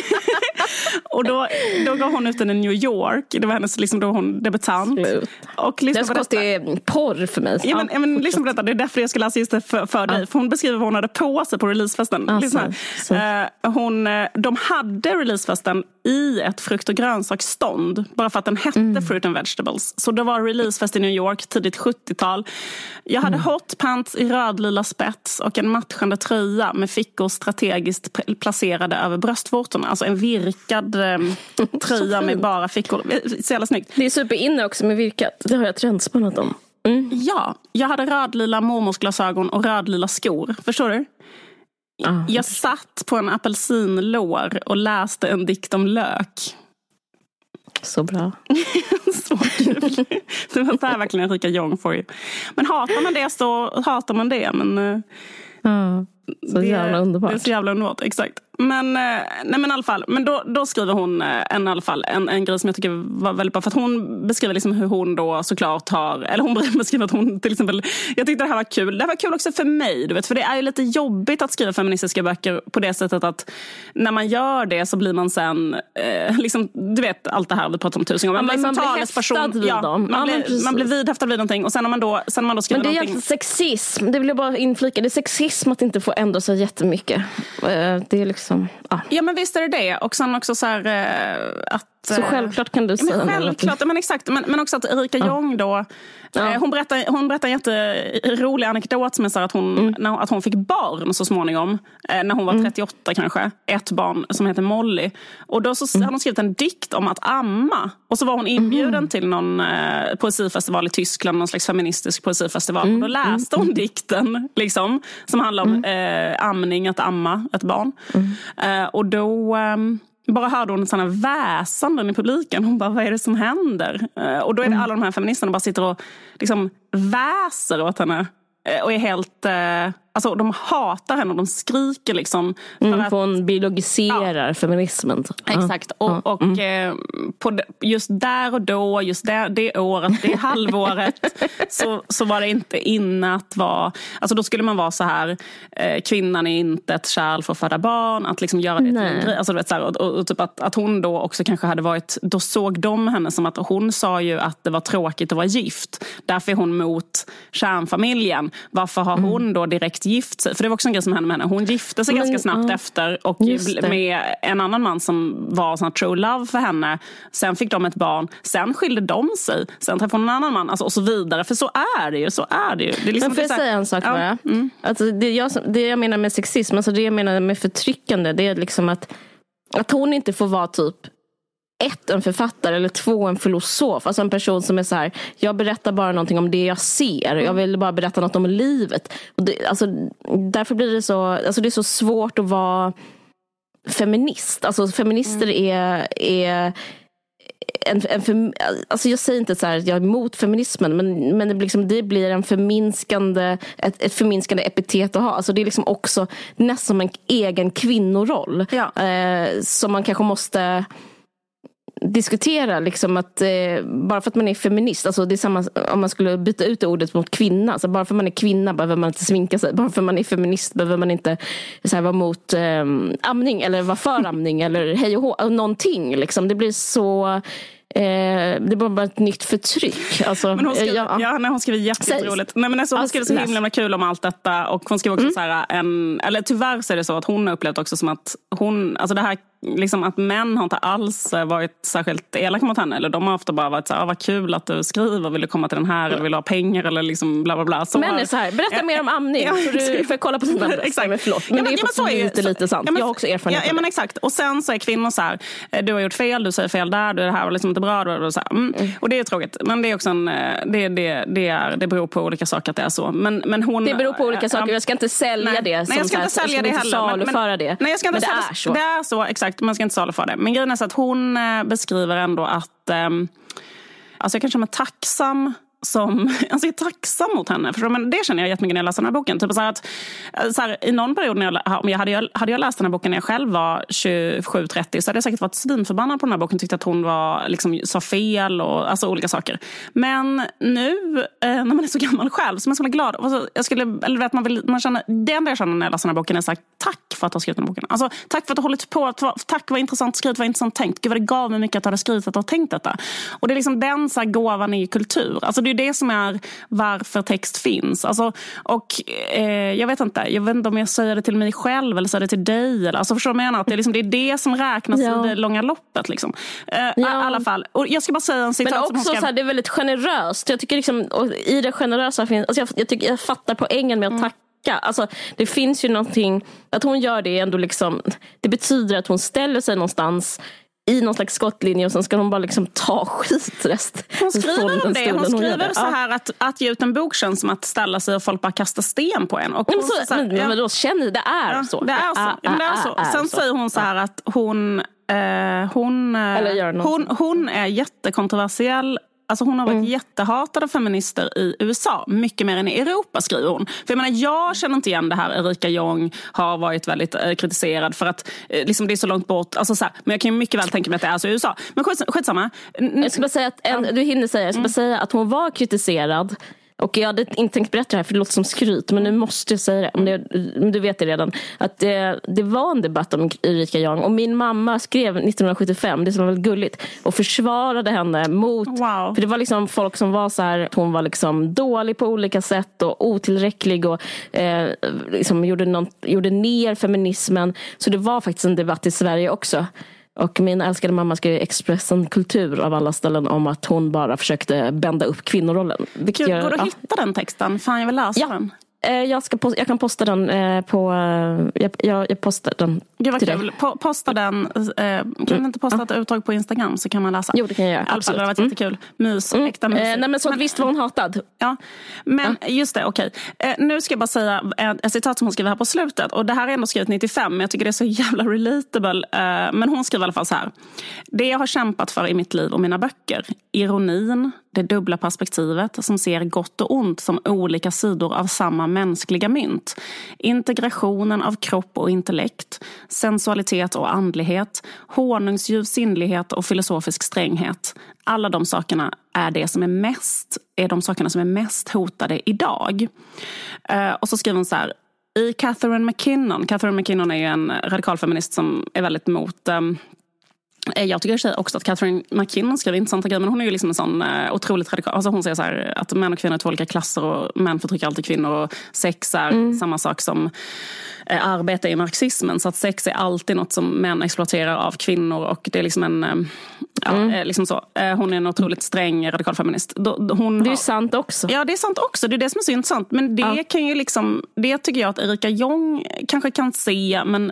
Och då, då gav hon ut den i New York. Det var hennes, liksom då hon debutant. Och det är porr för mig. Ja, men, ja, men liksom berätta, det är därför jag skulle läsa just det för, för dig. Ja. För hon beskriver vad hon hade på sig på releasefesten. Ah, liksom så, så. Eh, hon, de hade releasefesten i ett frukt- och grönsaksstånd. Bara för att den hette mm. Fruit and Vegetables. Så det var releasefest i New York, tidigt sjuttiotal. Jag hade mm. hotpants i rödlila spets och en matchande tröja med fickor strategiskt placerade över bröstvårtorna. Alltså en virkad eh, tröja med bara fickor. Så jävla snyggt. Det är superinne också med virkat. Det har jag trendspannat om. Mm. Ja, jag hade rödlila mormorsglasögon och rödlila skor. Förstår du? Ah, jag satt på en apelsinlår och läste en dikt om lök. Så bra. Så kul. Det var så här verkligen Erika Jong for you. Men hatar man det så hatar man det. Men, mm. Så det, jävla underbart. Det är så jävla underbart, exakt. Men, nej men i alla fall, men då, då skriver hon en, i alla fall, en, en grej som jag tycker var väldigt bra. För att hon beskriver liksom hur hon då såklart har, eller hon beskriver att hon till exempel, jag tyckte det här var kul. Det här var kul också för mig, du vet. För det är ju lite jobbigt att skriva feministiska böcker på det sättet att när man gör det så blir man sen, eh, liksom, du vet allt det här vi pratar om tusen gånger. Man, man, man blir häftad vid ja, dem. Man, ja, blir, man blir vidhäftad vid någonting och sen när man då, sen när man då skriver men det är någonting. sexism, det vill jag bara inflika. Det är sexism att inte få ändå så jättemycket. Det är liksom, ja. Ja, men visst är det det. Och sen också så här att... Så självklart kan du ja, säga. Men självklart, men exakt. Men, men också att Erika ja. Jong då... Ja. Hon, berättar, hon berättar en jätterolig anekdot som är så att hon, mm. när, att hon fick barn så småningom. När hon var trettioåtta mm. kanske. Ett barn som heter Molly. Och då så mm. hade hon skrivit en dikt om att amma. Och så var hon inbjuden mm. till någon eh, poesifestival i Tyskland. Någon slags feministisk poesifestival. Mm. Och då läste hon dikten liksom, som handlar om mm. eh, amning, att amma ett barn. Mm. Eh, och då... Eh, bara hörde hon sådana väsanden i publiken. Hon bara, vad är det som händer? Och då är det mm. alla de här feministerna bara sitter och liksom väser åt henne. Och är helt... Alltså de hatar henne och de skriker liksom. För mm, att hon biologiserar ja. feminismen. Exakt. Och, ja. och mm. eh, på just där och då, just det, det året, det halvåret så, så var det inte inne att vara... Alltså då skulle man vara så här, eh, kvinnan är inte ett kärl för att föda barn, att liksom göra det till en grej. Alltså, du vet, så här, och, och, och typ att, att hon då också kanske hade varit... Då såg de henne som att hon sa ju att det var tråkigt att vara gift. Därför är hon mot kärnfamiljen. Varför har hon mm. då direkt gift sig? För det var också en grej som hände med henne. Hon gifte sig Men, ganska snabbt ja. efter och med en annan man som var sån true love för henne. Sen fick de ett barn. Sen skilde de sig. Sen träffade hon en annan man. Alltså, och så vidare. För så är det ju. Så är det ju. Det är liksom Men får jag här, säga en sak ja. bara? Mm. Alltså, det, jag, det jag menar med sexism, alltså det jag menar med förtryckande, det är liksom att, att hon inte får vara typ ett, en författare, eller två, en filosof. Alltså en person som är så här, jag berättar bara någonting om det jag ser. Jag vill bara berätta något om livet. Och det, alltså, därför blir det så, alltså det är så svårt att vara feminist. Alltså feminister mm. är, är en, en fem, alltså jag säger inte så här, jag är emot feminismen, men, men det, liksom, det blir en förminskande, ett, ett förminskande epitet att ha. Alltså det är liksom också nästan som en egen kvinnoroll. Ja. Eh, som man kanske måste diskutera liksom att eh, bara för att man är feminist, alltså det är samma om man skulle byta ut ordet mot kvinna, alltså bara för att man är kvinna behöver man inte sminka sig, bara för att man är feminist behöver man inte så här, vara mot eh, amning eller vara för amning eller hej och hå, någonting liksom, det blir så Eh, det var bara ett nytt förtryck. Alltså, men hon skrev, ja, ja, nej, hon skrev jätteroligt. Nej, men alltså, hon skrev så himla kul om allt detta. Och hon skrev också mm. så här, en, eller tyvärr så är det så att hon har upplevt också som att hon, alltså det här liksom att män har inte alls varit särskilt elaka mot henne, eller de har ofta bara varit så här, ah, vad kul att du skriver, vill du komma till den här eller vill du ha pengar eller liksom bla bla bla. Så män är så här, berätta ja, mer om amning ja, för du får kolla på sånt. Exakt, men förlåt. Men ja, men, det är ja, faktiskt är, lite, så, lite sant. Ja, men, jag har också erfarenhet ja, ja, men exakt. Och sen så är kvinnor så här, du har gjort fel, du säger fel där, du är det här var liksom inte bra, du är så här, mm. Mm. Och det är tråkigt, men det är också en det, det, det, är, det beror på olika saker att det är så. Men, men hon, det beror på olika äh, saker, jag ska inte sälja nej, det. Nej, jag ska inte här, sälja det heller. Men, men, det. Nej, jag ska inte men sälja, det är så. Det är så, exakt, man ska inte saluföra det. Men grejen är så att hon eh, beskriver ändå att eh, alltså jag kan känna mig tacksam som, alltså jag är tacksam mot henne. För men det känner jag jättemycket när jag läser den här boken. Typ så här att, så här, i någon period när jag, om jag hade, hade jag läst den här boken när jag själv var tjugosju trettio så hade jag säkert varit svinförbannad på den här boken. Tyckte att hon var, liksom, sa fel och alltså olika saker. Men nu, eh, när man är så gammal själv så är man så glad. Alltså, jag skulle, eller vet, man vill, man känner, det enda jag känner när jag läser den här boken är sagt tack för att du har skrivit den här boken. Alltså, tack för att du har hållit på. Tack, vad intressant skrivit, vad intressant tänkt. Gud vad det gav mig mycket att du hade skrivit att du har tänkt detta. Och det är liksom den så här, gåvan i kultur. Alltså det är det som är varför text finns. Alltså, och eh, jag vet inte, jag vet inte om jag säger det till mig själv eller säger det till dig. Eller, alltså förstår du vad jag menar? Att det är, liksom, det är det som räknas ja. i det långa loppet. Liksom. Eh, ja. I alla fall. Och jag ska bara säga en citat. Men också som hon skrev. Så här, det är väldigt generöst. Jag tycker liksom, och i det generösa finns, alltså jag, jag, tycker, jag fattar poängen med att mm. tacka. Alltså, det finns ju någonting, att hon gör det ändå liksom, det betyder att hon ställer sig någonstans i någon slags skottlinje och sen ska hon bara liksom ta skitrest. Hon skriver om det. Hon skriver hon så här att, att ge ut en bok känns som att ställa sig och folk bara kastar sten på en. Och men, så, så här, men, ja. men då känner det är ja, så. Det är så. Ja, men det är så. Är, sen är säger hon så här att hon eh, hon, eh, hon hon är jättekontroversiell. Alltså hon har varit mm. jättehatad av feminister i U S A. Mycket mer än i Europa, skriver hon. För jag menar, jag känner inte igen det här. Erika Jong har varit väldigt eh, kritiserad för att eh, liksom det är så långt bort. Alltså, så här, men jag kan ju mycket väl tänka mig att det är så i U S A. Men skits, skitsamma. Jag ska bara säga att, en, du hinner säga, jag ska bara säga att hon var kritiserad. Och jag hade inte tänkt berätta det här för det låter som skryt, men nu måste jag säga det, om det, du vet det redan, att det, det var en debatt om Erika Jong och min mamma skrev nittonhundrasjuttiofem, det som var väldigt gulligt, och försvarade henne mot, wow. för det var liksom folk som var så här, hon var liksom dålig på olika sätt och otillräcklig och eh, liksom gjorde, någon, gjorde ner feminismen, så det var faktiskt en debatt i Sverige också. Och min älskade mamma skrev Expressen Kultur av alla ställen om att hon bara försökte bända upp kvinnorollen. Gud, går du att ja. hitta den texten? Fan, jag vill läsa ja. den. jag, ska posta, jag kan posta den eh, på... Jag, jag, jag postar den. Gud vad till kul. Po- posta den. Eh, kan du mm. inte posta ett utdrag på Instagram så kan man läsa? Jo, det kan jag göra. Absolut. Det har varit jättekul. Mys, mm. äkta mys. Eh, nej, men så men, visst var hon hatad. Ja, men ja. just det, okej. Okay. Eh, nu ska jag bara säga ett, ett citat som hon skriver här på slutet. Och det här är ändå skrivet nittiofem, men jag tycker det är så jävla relatable. Eh, men hon skriver i alla fall så här. Det jag har kämpat för i mitt liv och mina böcker. Ironin, det dubbla perspektivet som ser gott och ont som olika sidor av samma mänskliga mynt. Integrationen av kropp och intellekt, sensualitet och andlighet, honungsljuv sinnlighet och filosofisk stränghet. Alla de sakerna är det som är mest är de sakerna som är mest hotade idag. Uh, och så skriver hon så här. I Catherine McKinnon, Catherine McKinnon är ju en radikalfeminist som är väldigt mot... Um, Jag tycker också att Catherine McKinnon skriver intressanta grejer, men hon är ju liksom en sån uh, otroligt radikal. Alltså hon säger så här att män och kvinnor är två olika klasser och män förtrycker alltid kvinnor och sex är mm. samma sak som uh, arbete i marxismen. Så att sex är alltid något som män exploaterar av kvinnor och det är liksom en... Uh, ja, mm. liksom så. Uh, hon är en otroligt sträng radikalfeminist. Då, då hon det är har... sant också. Ja, det är sant också. Det är det som är så intressant. Men det ja. kan ju liksom... Det tycker jag att Erika Jong kanske kan se, men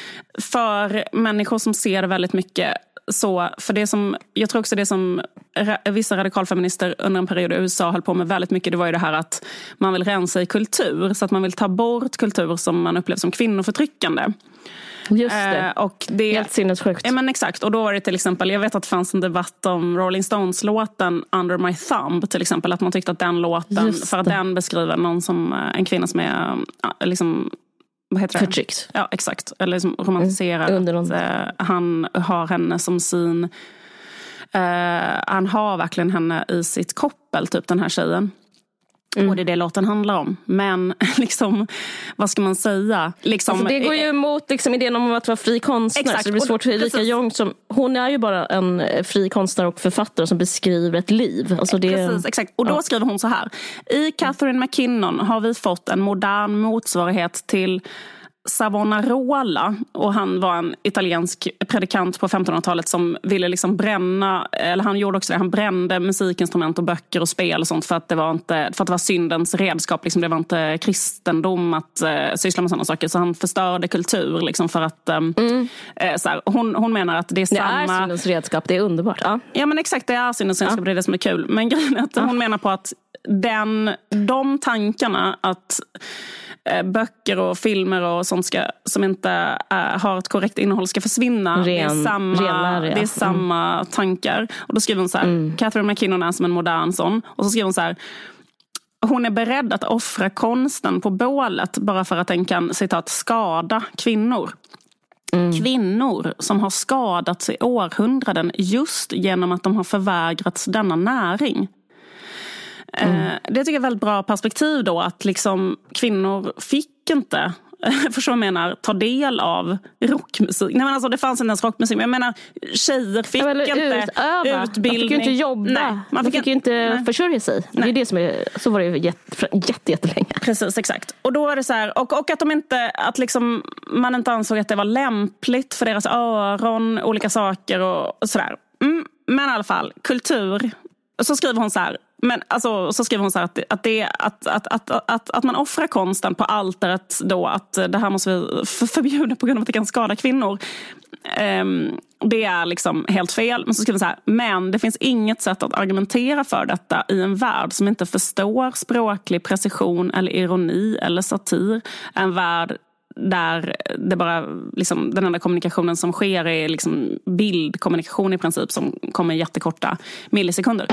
för människor som ser väldigt mycket så, för det som, jag tror också det som vissa radikalfeminister under en period i U S A höll på med väldigt mycket, det var ju det här att man vill rensa i kultur, så att man vill ta bort kultur som man upplever som kvinnoförtryckande. Just det, eh, och det helt sinnessjukt. Ja, men exakt, och då var det till exempel, jag vet att det fanns en debatt om Rolling Stones-låten Under My Thumb till exempel, att man tyckte att den låten, för att den beskriver någon som, en kvinna som är liksom, vad heter det? Förtryckt. Ja, exakt. Eller liksom romantiserad. Mm, att, uh, han har henne som sin... Uh, han har verkligen henne i sitt koppel, typ den här tjejen. Mm. Och det är det låten handlar om. Men liksom, vad ska man säga? Liksom, alltså det går ju emot liksom, idén om att vara fri konstnär. Exakt. Så det blir svårt för Erika Jong. Som, hon är ju bara en fri konstnär och författare som beskriver ett liv. Alltså det, precis, exakt. Och då ja. skriver hon så här. I Catherine McKinnon har vi fått en modern motsvarighet till Savonarola, och han var en italiensk predikant på femtonhundratalet som ville liksom bränna, eller han gjorde också det, han brände musikinstrument och böcker och spel och sånt för att det var inte, för att det var syndens redskap liksom, det var inte kristendom att uh, syssla med sådana saker, så han förstörde kultur liksom för att um, mm. uh, så här, hon, hon menar att det är samma... Det är syndens redskap, det är underbart. Ja, ja men exakt, det är syndens redskap, ja. Det är det som är kul, men grejen är att ja. hon menar på att den, de tankarna att böcker och filmer och sånt ska, som inte äh, har ett korrekt innehåll ska försvinna. Ren, det är samma, renare, ja. det är samma mm. tankar. Och då skriver hon så här, mm. Catherine McKinnon är som en modern sån. Och så skriver hon så här, hon är beredd att offra konsten på bålet bara för att den kan, citat, skada kvinnor. Mm. Kvinnor som har skadats i århundraden just genom att de har förvägrats denna näring. Mm. Det tycker jag är ett väldigt bra perspektiv då, att liksom kvinnor fick inte, för jag menar, ta del av rockmusik. Nej men alltså det fanns inte ens rockmusik, men jag menar tjejer fick ja, inte utöva. Utbildning. Man fick ju inte jobba. Nej, man fick, fick ju inte nej. försörja sig. Nej. Det är det som är, så var det ju jätte, jätte, jättelänge. Precis, exakt. Och då är det så här, och, och att de inte, att liksom man inte ansåg att det var lämpligt för deras öron, olika saker och, och sådär. Mm, men i alla fall, kultur. Så skriver hon så här, men alltså, så skriver hon så här att, att, det, att, att, att, att, att man offrar konsten på altaret då, att det här måste vi förbjuda på grund av att det kan skada kvinnor. Um, det är liksom helt fel. Men så skriver hon så här, men det finns inget sätt att argumentera för detta i en värld som inte förstår språklig precision eller ironi eller satir. En värld där det bara liksom, den enda kommunikationen som sker är liksom bildkommunikation i princip, som kommer i jättekorta millisekunder.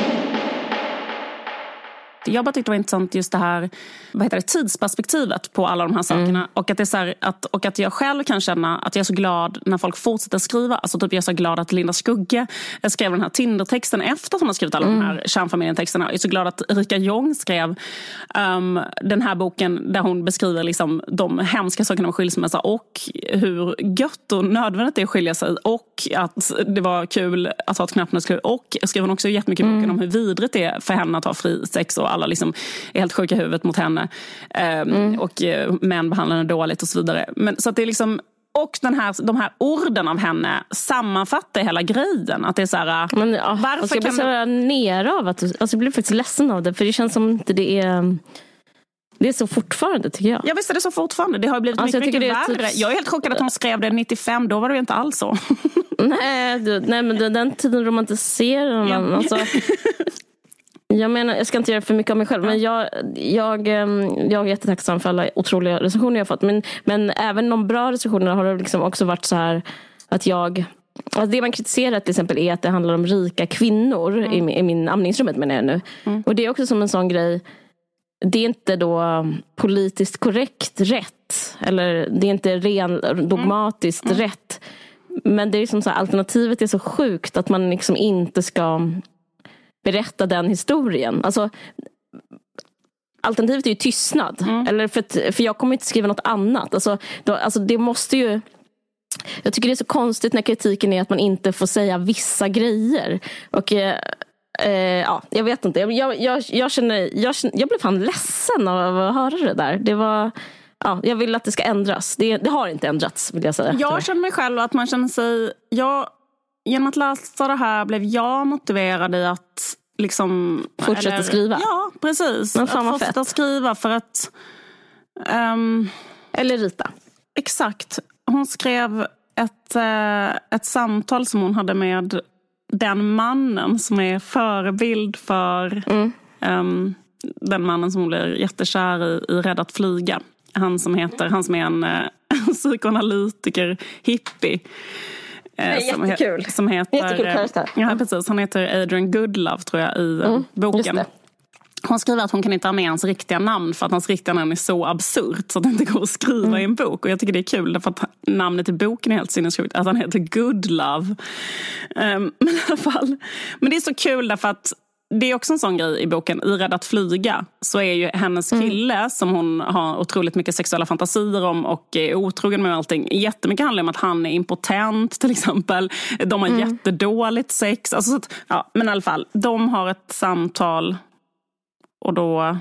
Jag bara tyckte det var intressant just det här, vad heter det, tidsperspektivet på alla de här sakerna. Mm. Och, att det är så här, att, och att jag själv kan känna att jag är så glad när folk fortsätter skriva. Alltså typ jag är så glad att Linda Skugge skrev den här Tinder-texten efter att hon har skrivit alla mm. de här kärnfamiljen-texterna. Jag är så glad att Erika Jong skrev um, den här boken där hon beskriver liksom de hemska sakerna med skilsmässa och hur gött och nödvändigt det är att skilja sig. Och att det var kul att ha ett knappnässklubb. Och jag skriver också jättemycket i boken mm. om hur vidrigt det är för henne att ha fri sex, och alla liksom är helt sjuka i huvudet mot henne. Um, mm. Och uh, män behandlar henne dåligt och så vidare. Men, så att det är liksom, och den här, de här orden av henne sammanfattar hela grejen. Att det är så här, men, ja, varför alltså, jag blir så man... ner av att, alltså jag blir faktiskt ledsen av det, för det känns som inte det är Det är så fortfarande, tycker jag. Ja, visst är det så fortfarande. Det har blivit alltså, mycket, mycket jag värre. Typ... Jag är helt chockad att hon skrev det nittiofem. Då var det ju inte alls så. nej, du, nej, men den tiden romantiserar man. Ja. Alltså, jag menar, jag ska inte göra för mycket av mig själv. Men jag, jag, jag är jättetacksam för alla otroliga recensioner jag har fått. Men, men även de bra recensionerna har det liksom också varit så här att jag... Alltså det man kritiserar till exempel är att det handlar om rika kvinnor mm. i, min, i min amningsrummet, menar jag nu. Mm. Och det är också som en sån grej. Det är inte då politiskt korrekt rätt. Eller det är inte ren dogmatiskt mm. rätt. Men det är liksom så här, alternativet är så sjukt att man liksom inte ska berätta den historien. Alltså, alternativet är ju tystnad. Mm. Eller för, att, för jag kommer inte skriva något annat. Alltså, då, alltså det måste ju... Jag tycker det är så konstigt när kritiken är att man inte får säga vissa grejer. Och eh, eh, ja, jag vet inte. Jag, jag, jag, känner, jag, känner, jag blev fan ledsen av att höra det där. Det var... Ja, jag vill att det ska ändras. Det, det har inte ändrats, vill jag säga. Jag känner mig själv att man känner sig... Jag, genom att läsa det här blev jag motiverad i att liksom... Fortsätta eller, skriva. Ja, precis. Men fan att fortsätta fett. skriva för att... Um, eller rita. Exakt. Hon skrev ett, ett samtal som hon hade med den mannen som är förebild för mm. um, den mannen som hon blir jättekär i, i Rädd att flyga. Han som heter, han som är en uh, psykoanalytiker, hippie. Det är som jättekul. He, som heter, jättekul karaktär. Ja, precis. Han heter Adrian Goodlove, tror jag, i mm, boken. Hon skriver att hon kan inte ha med hans riktiga namn för att hans riktiga namn är så absurt så att det inte går att skriva mm. i en bok. Och jag tycker det är kul för att namnet i boken är helt sinnessjukt. Att han heter Goodlove. Um, men i alla fall. Men det är så kul därför att det är också en sån grej i boken. I Rädd att flyga så är ju hennes kille mm. som hon har otroligt mycket sexuella fantasier om och är otrogen med allting. Jättemycket handlar om att han är impotent till exempel. De har mm. jättedåligt sex. Alltså så att, ja, men i alla fall. De har ett samtal och då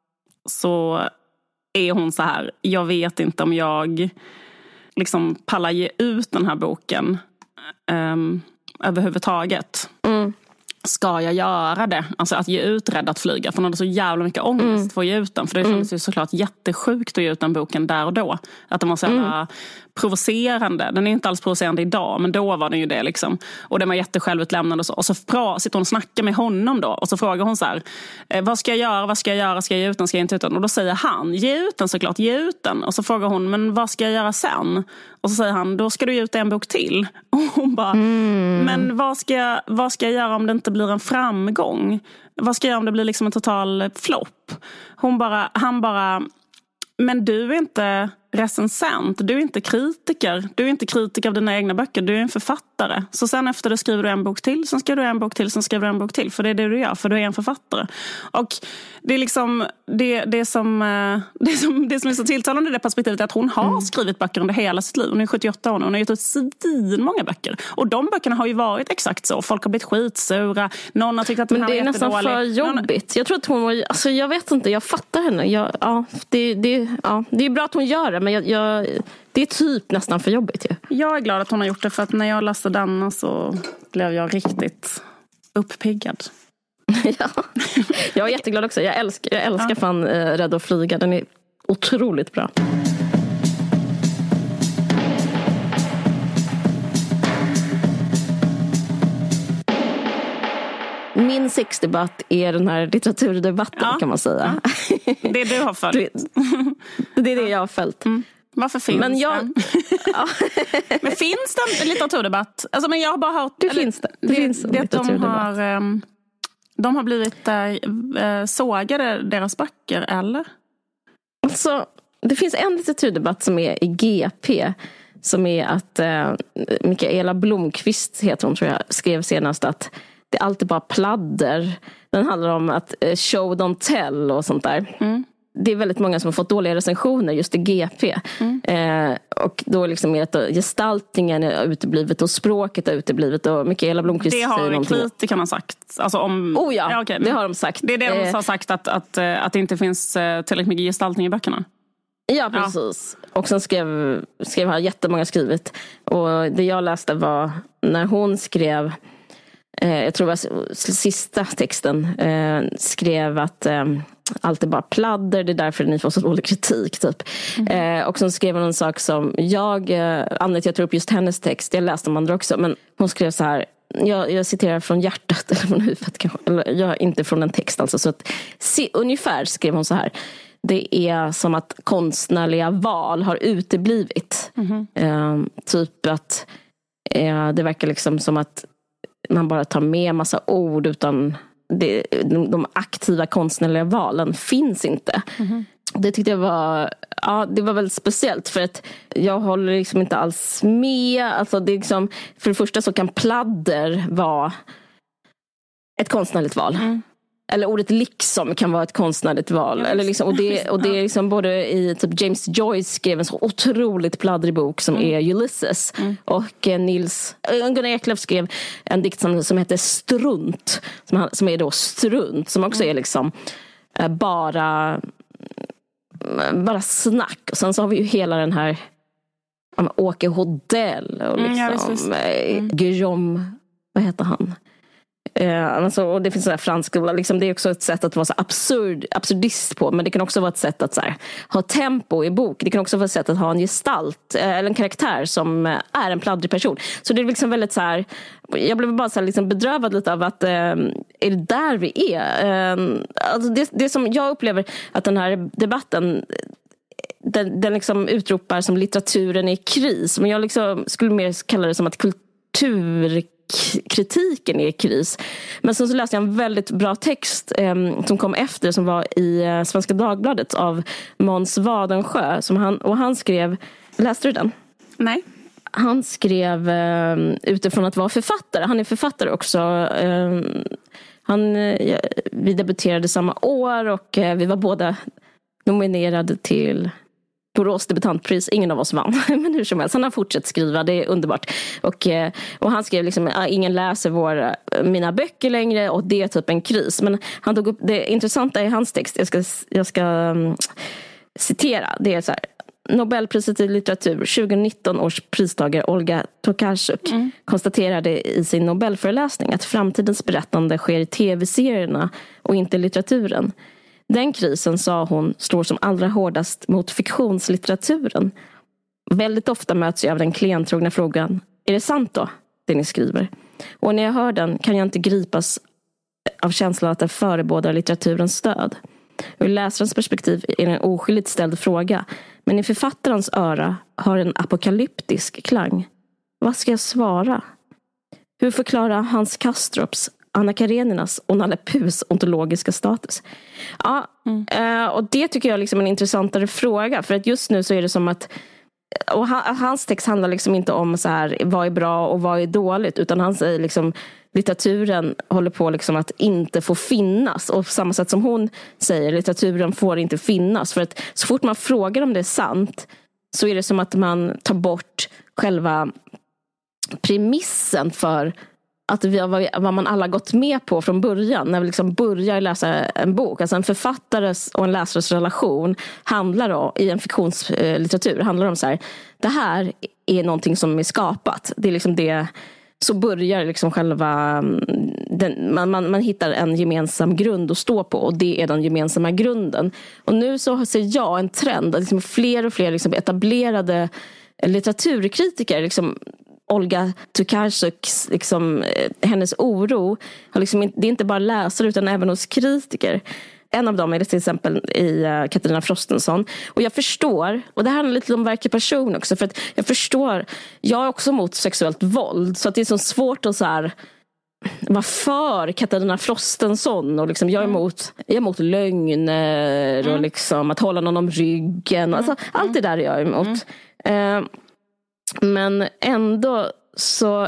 så är hon så här. Jag vet inte om jag liksom pallar ge ut den här boken um, överhuvudtaget. Mm. Ska jag göra det? Alltså att ge ut Rädd att flyga. För hon hade så jävla mycket ångest mm. för att ge ut den. För det kändes mm. ju såklart jättesjukt att ge ut den boken där och då. Att den var så jävla mm. provocerande. Den är inte alls provocerande idag. Men då var den ju det liksom. Och den var jättesjälvutlämnande och så. Och så bra, sitter hon och snackar med honom då. Och så frågar hon så här. Vad ska jag göra? Vad ska jag göra? Ska jag ge ut den? Ska jag inte ut den? Och då säger han. Ge ut den såklart. Ge ut den. Och så frågar hon. Men vad ska jag göra sen? Och så säger han. Då ska du ge ut en bok till. Och hon bara. Mm. Men vad ska, jag, vad ska jag göra om det inte blir en framgång? Vad ska jag göra om det blir liksom en total flopp? Hon bara, han bara, men du är inte recensent, du är inte kritiker, du är inte kritiker av dina egna böcker, du är en författare. Så sen efter det skriver du en bok till, sen skriver du en bok till, sen skriver du en bok till, för det är det du gör, för du är en författare. Och det är liksom det, det, som, det, som, det som är så tilltalande i det perspektivet är att hon har mm. skrivit böcker under hela sitt liv. Hon är sjuttioåtta år och hon har gett ut svin många böcker. Och de böckerna har ju varit exakt så. Folk har blivit skitsura, någon har tyckt att den här är jättedålig. Men det är nästan för jobbigt. Jag tror att hon var, alltså jag vet inte, jag fattar henne. Jag, ja, det, det, ja, det är bra att hon gör det, men jag, jag det är typ nästan för jobbigt ju. Jag är glad att hon har gjort det, för att när jag läste denna så blev jag riktigt uppiggad. Ja. Jag är jätteglad också. Jag älskar, jag älskar ja. fan äh, Rädd att flyga. Den är otroligt bra. Min sexdebatt är den här litteraturdebatten ja. kan man säga. Ja. Det du har följt. Det är det jag har följt. Mm. Varför finns men jag, den? Ja. Men finns det en litteraturdebatt? Alltså, men jag har bara hört... Det eller, finns det. Det, det finns en det litteraturdebatt. De har, um, de har blivit uh, sågade, deras böcker, eller? Alltså, det finns en litteraturdebatt som är i G P. Som är att uh, Mikaela Blomqvist, heter hon tror jag, skrev senast att det är alltid bara pladder. Den handlar om att uh, show don't tell och sånt där. Mm. Det är väldigt många som har fått dåliga recensioner just i G P. Mm. Eh, och då liksom är det gestaltningen är uteblivet och språket är uteblivet och Mikaela Blomqvist säger någonting. Det har kritikerna har sagt. Alltså om, oh ja, ja okay, det har de sagt. Det är det de eh, har sagt, att, att, att det inte finns tillräckligt mycket gestaltning i böckerna. Ja, precis. Ja. Och sen skrev, skrev här jättemånga skrivit. Och det jag läste var när hon skrev, eh, jag tror det var sista texten, eh, skrev att... Eh, allt är bara pladder, det är därför ni får så dålig kritik typ. Mm. Eh, och så skrev hon en sak som jag, eh, Annette, jag tror upp just hennes text, jag läste de andra också, men hon skrev så här, jag, jag citerar från hjärtat eller från huvudet kanske, eller jag, inte från en text alltså, så att se, ungefär skrev hon så här: det är som att konstnärliga val har uteblivit. Mm. Eh, typ att eh, det verkar liksom som att man bara tar med massa ord utan det, de, de aktiva konstnärliga valen finns inte. Mm. Det tyckte jag var, ja, det var väldigt speciellt för att jag håller liksom inte alls med. Alltså det är liksom, för det första så kan pladder vara ett konstnärligt val. Mm. Eller ordet liksom kan vara ett konstnärligt val. Ja, eller liksom, och, det, och det är liksom både i typ James Joyce skrev en så otroligt pladdrig bok som mm. är Ulysses. Mm. Och eh, Nils Gunnar Eklöf skrev en dikt som, som heter Strunt. Som, han, som är då strunt. Som också mm. är liksom eh, bara, bara snack. Och sen så har vi ju hela den här um, Åke Hodell. Och liksom, mm, ja, visst, eh, mm. Guillaume, vad heter han? Eh, alltså, och det finns sådär fransk, liksom, det är också ett sätt att vara så absurd, absurdist på, men det kan också vara ett sätt att så här, ha tempo i bok. Det kan också vara ett sätt att ha en gestalt eh, eller en karaktär som eh, är en pladdrig person. Så det är liksom väldigt så här, jag blev bara så här, liksom bedrövad lite av att eh, är det där vi är? Eh, alltså det, det som jag upplever att den här debatten den, den liksom utropar som litteraturen är i kris, men jag liksom skulle mer kalla det som att kultur kritiken är i kris. Men sen så läste jag en väldigt bra text eh, som kom efter, som var i eh, Svenska Dagbladet av Måns Wadensjö, som han, och han skrev, läste du den? Nej. Han skrev eh, utifrån att vara författare. Han är författare också. Eh, han, eh, vi debuterade samma år och eh, vi var båda nominerade till Borås debutantpris, ingen av oss vann. Men hur som helst, han har fortsatt skriva, det är underbart. Och, och han skrev liksom, ingen läser våra, mina böcker längre och det är typ en kris. Men han tog upp, det intressanta i hans text, jag ska, jag ska um, citera, det är så här: Nobelpriset i litteratur, tjugonitton års pristagare Olga Tokarczuk mm. konstaterade i sin Nobelföreläsning att framtidens berättande sker i tv-serierna och inte i litteraturen. Den krisen, sa hon, slår som allra hårdast mot fiktionslitteraturen. Väldigt ofta möts jag av den klientrogna frågan: är det sant då, det ni skriver? Och när jag hör den kan jag inte gripas av känslan att det förebådar litteraturens stöd. Ur läsarens perspektiv är det en oskyldigt ställd fråga, men i författarens öra har en apokalyptisk klang. Vad ska jag svara? Hur förklara Hans Castrops, Anna Kareninas och Nalle Puhs ontologiska status? Ja, mm. och det tycker jag är liksom en intressantare fråga, för att just nu så är det som att, och hans text handlar liksom inte om så här, vad är bra och vad är dåligt, utan han säger liksom, litteraturen håller på liksom att inte få finnas, och på samma sätt som hon säger, litteraturen får inte finnas, för att så fort man frågar om det är sant så är det som att man tar bort själva premissen för att vi har, vad man alla gått med på från början när vi liksom börjar läsa en bok. Alltså en författares och en läsares relation handlar om, i en fiktionslitteratur handlar om så här: det här är någonting som är skapat. Det är liksom det, så börjar liksom själva den, man, man, man hittar en gemensam grund att stå på, och det är den gemensamma grunden. Och nu så ser jag en trend att liksom fler och fler liksom etablerade litteraturkritiker liksom, Olga Tokarczuks, liksom, hennes oro har liksom, det är inte bara läsare utan även hos kritiker. En av dem är det till exempel i uh, Katarina Frostenson. Och jag förstår, och det här handlar lite om verklig person också, för att jag förstår, jag är också mot sexuellt våld, så att det är så svårt att så här vara för Katarina Frostenson, och liksom jag är emot, jag är emot lögner mm. och liksom att hålla någon om ryggen, mm. alltså, allt det där är jag emot. Mm. Uh, Men ändå så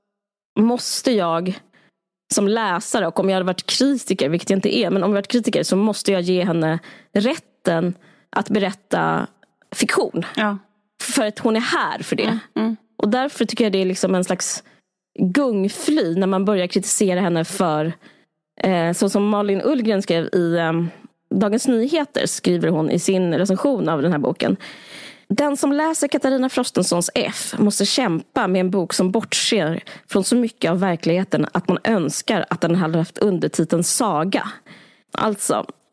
måste jag som läsare, och om jag hade varit kritiker, vilket jag inte är, men om jag varit kritiker så måste jag ge henne rätten att berätta fiktion. Ja. För att hon är här för det. Mm, mm. Och därför tycker jag det är liksom en slags gungfly när man börjar kritisera henne för, eh, så som Malin Ullgren skrev i eh, Dagens Nyheter, skriver hon i sin recension av den här boken. Den som läser Katarina Frostensons F måste kämpa med en bok som bortser från så mycket av verkligheten att man önskar att den hade haft undertiteln saga. Alltså,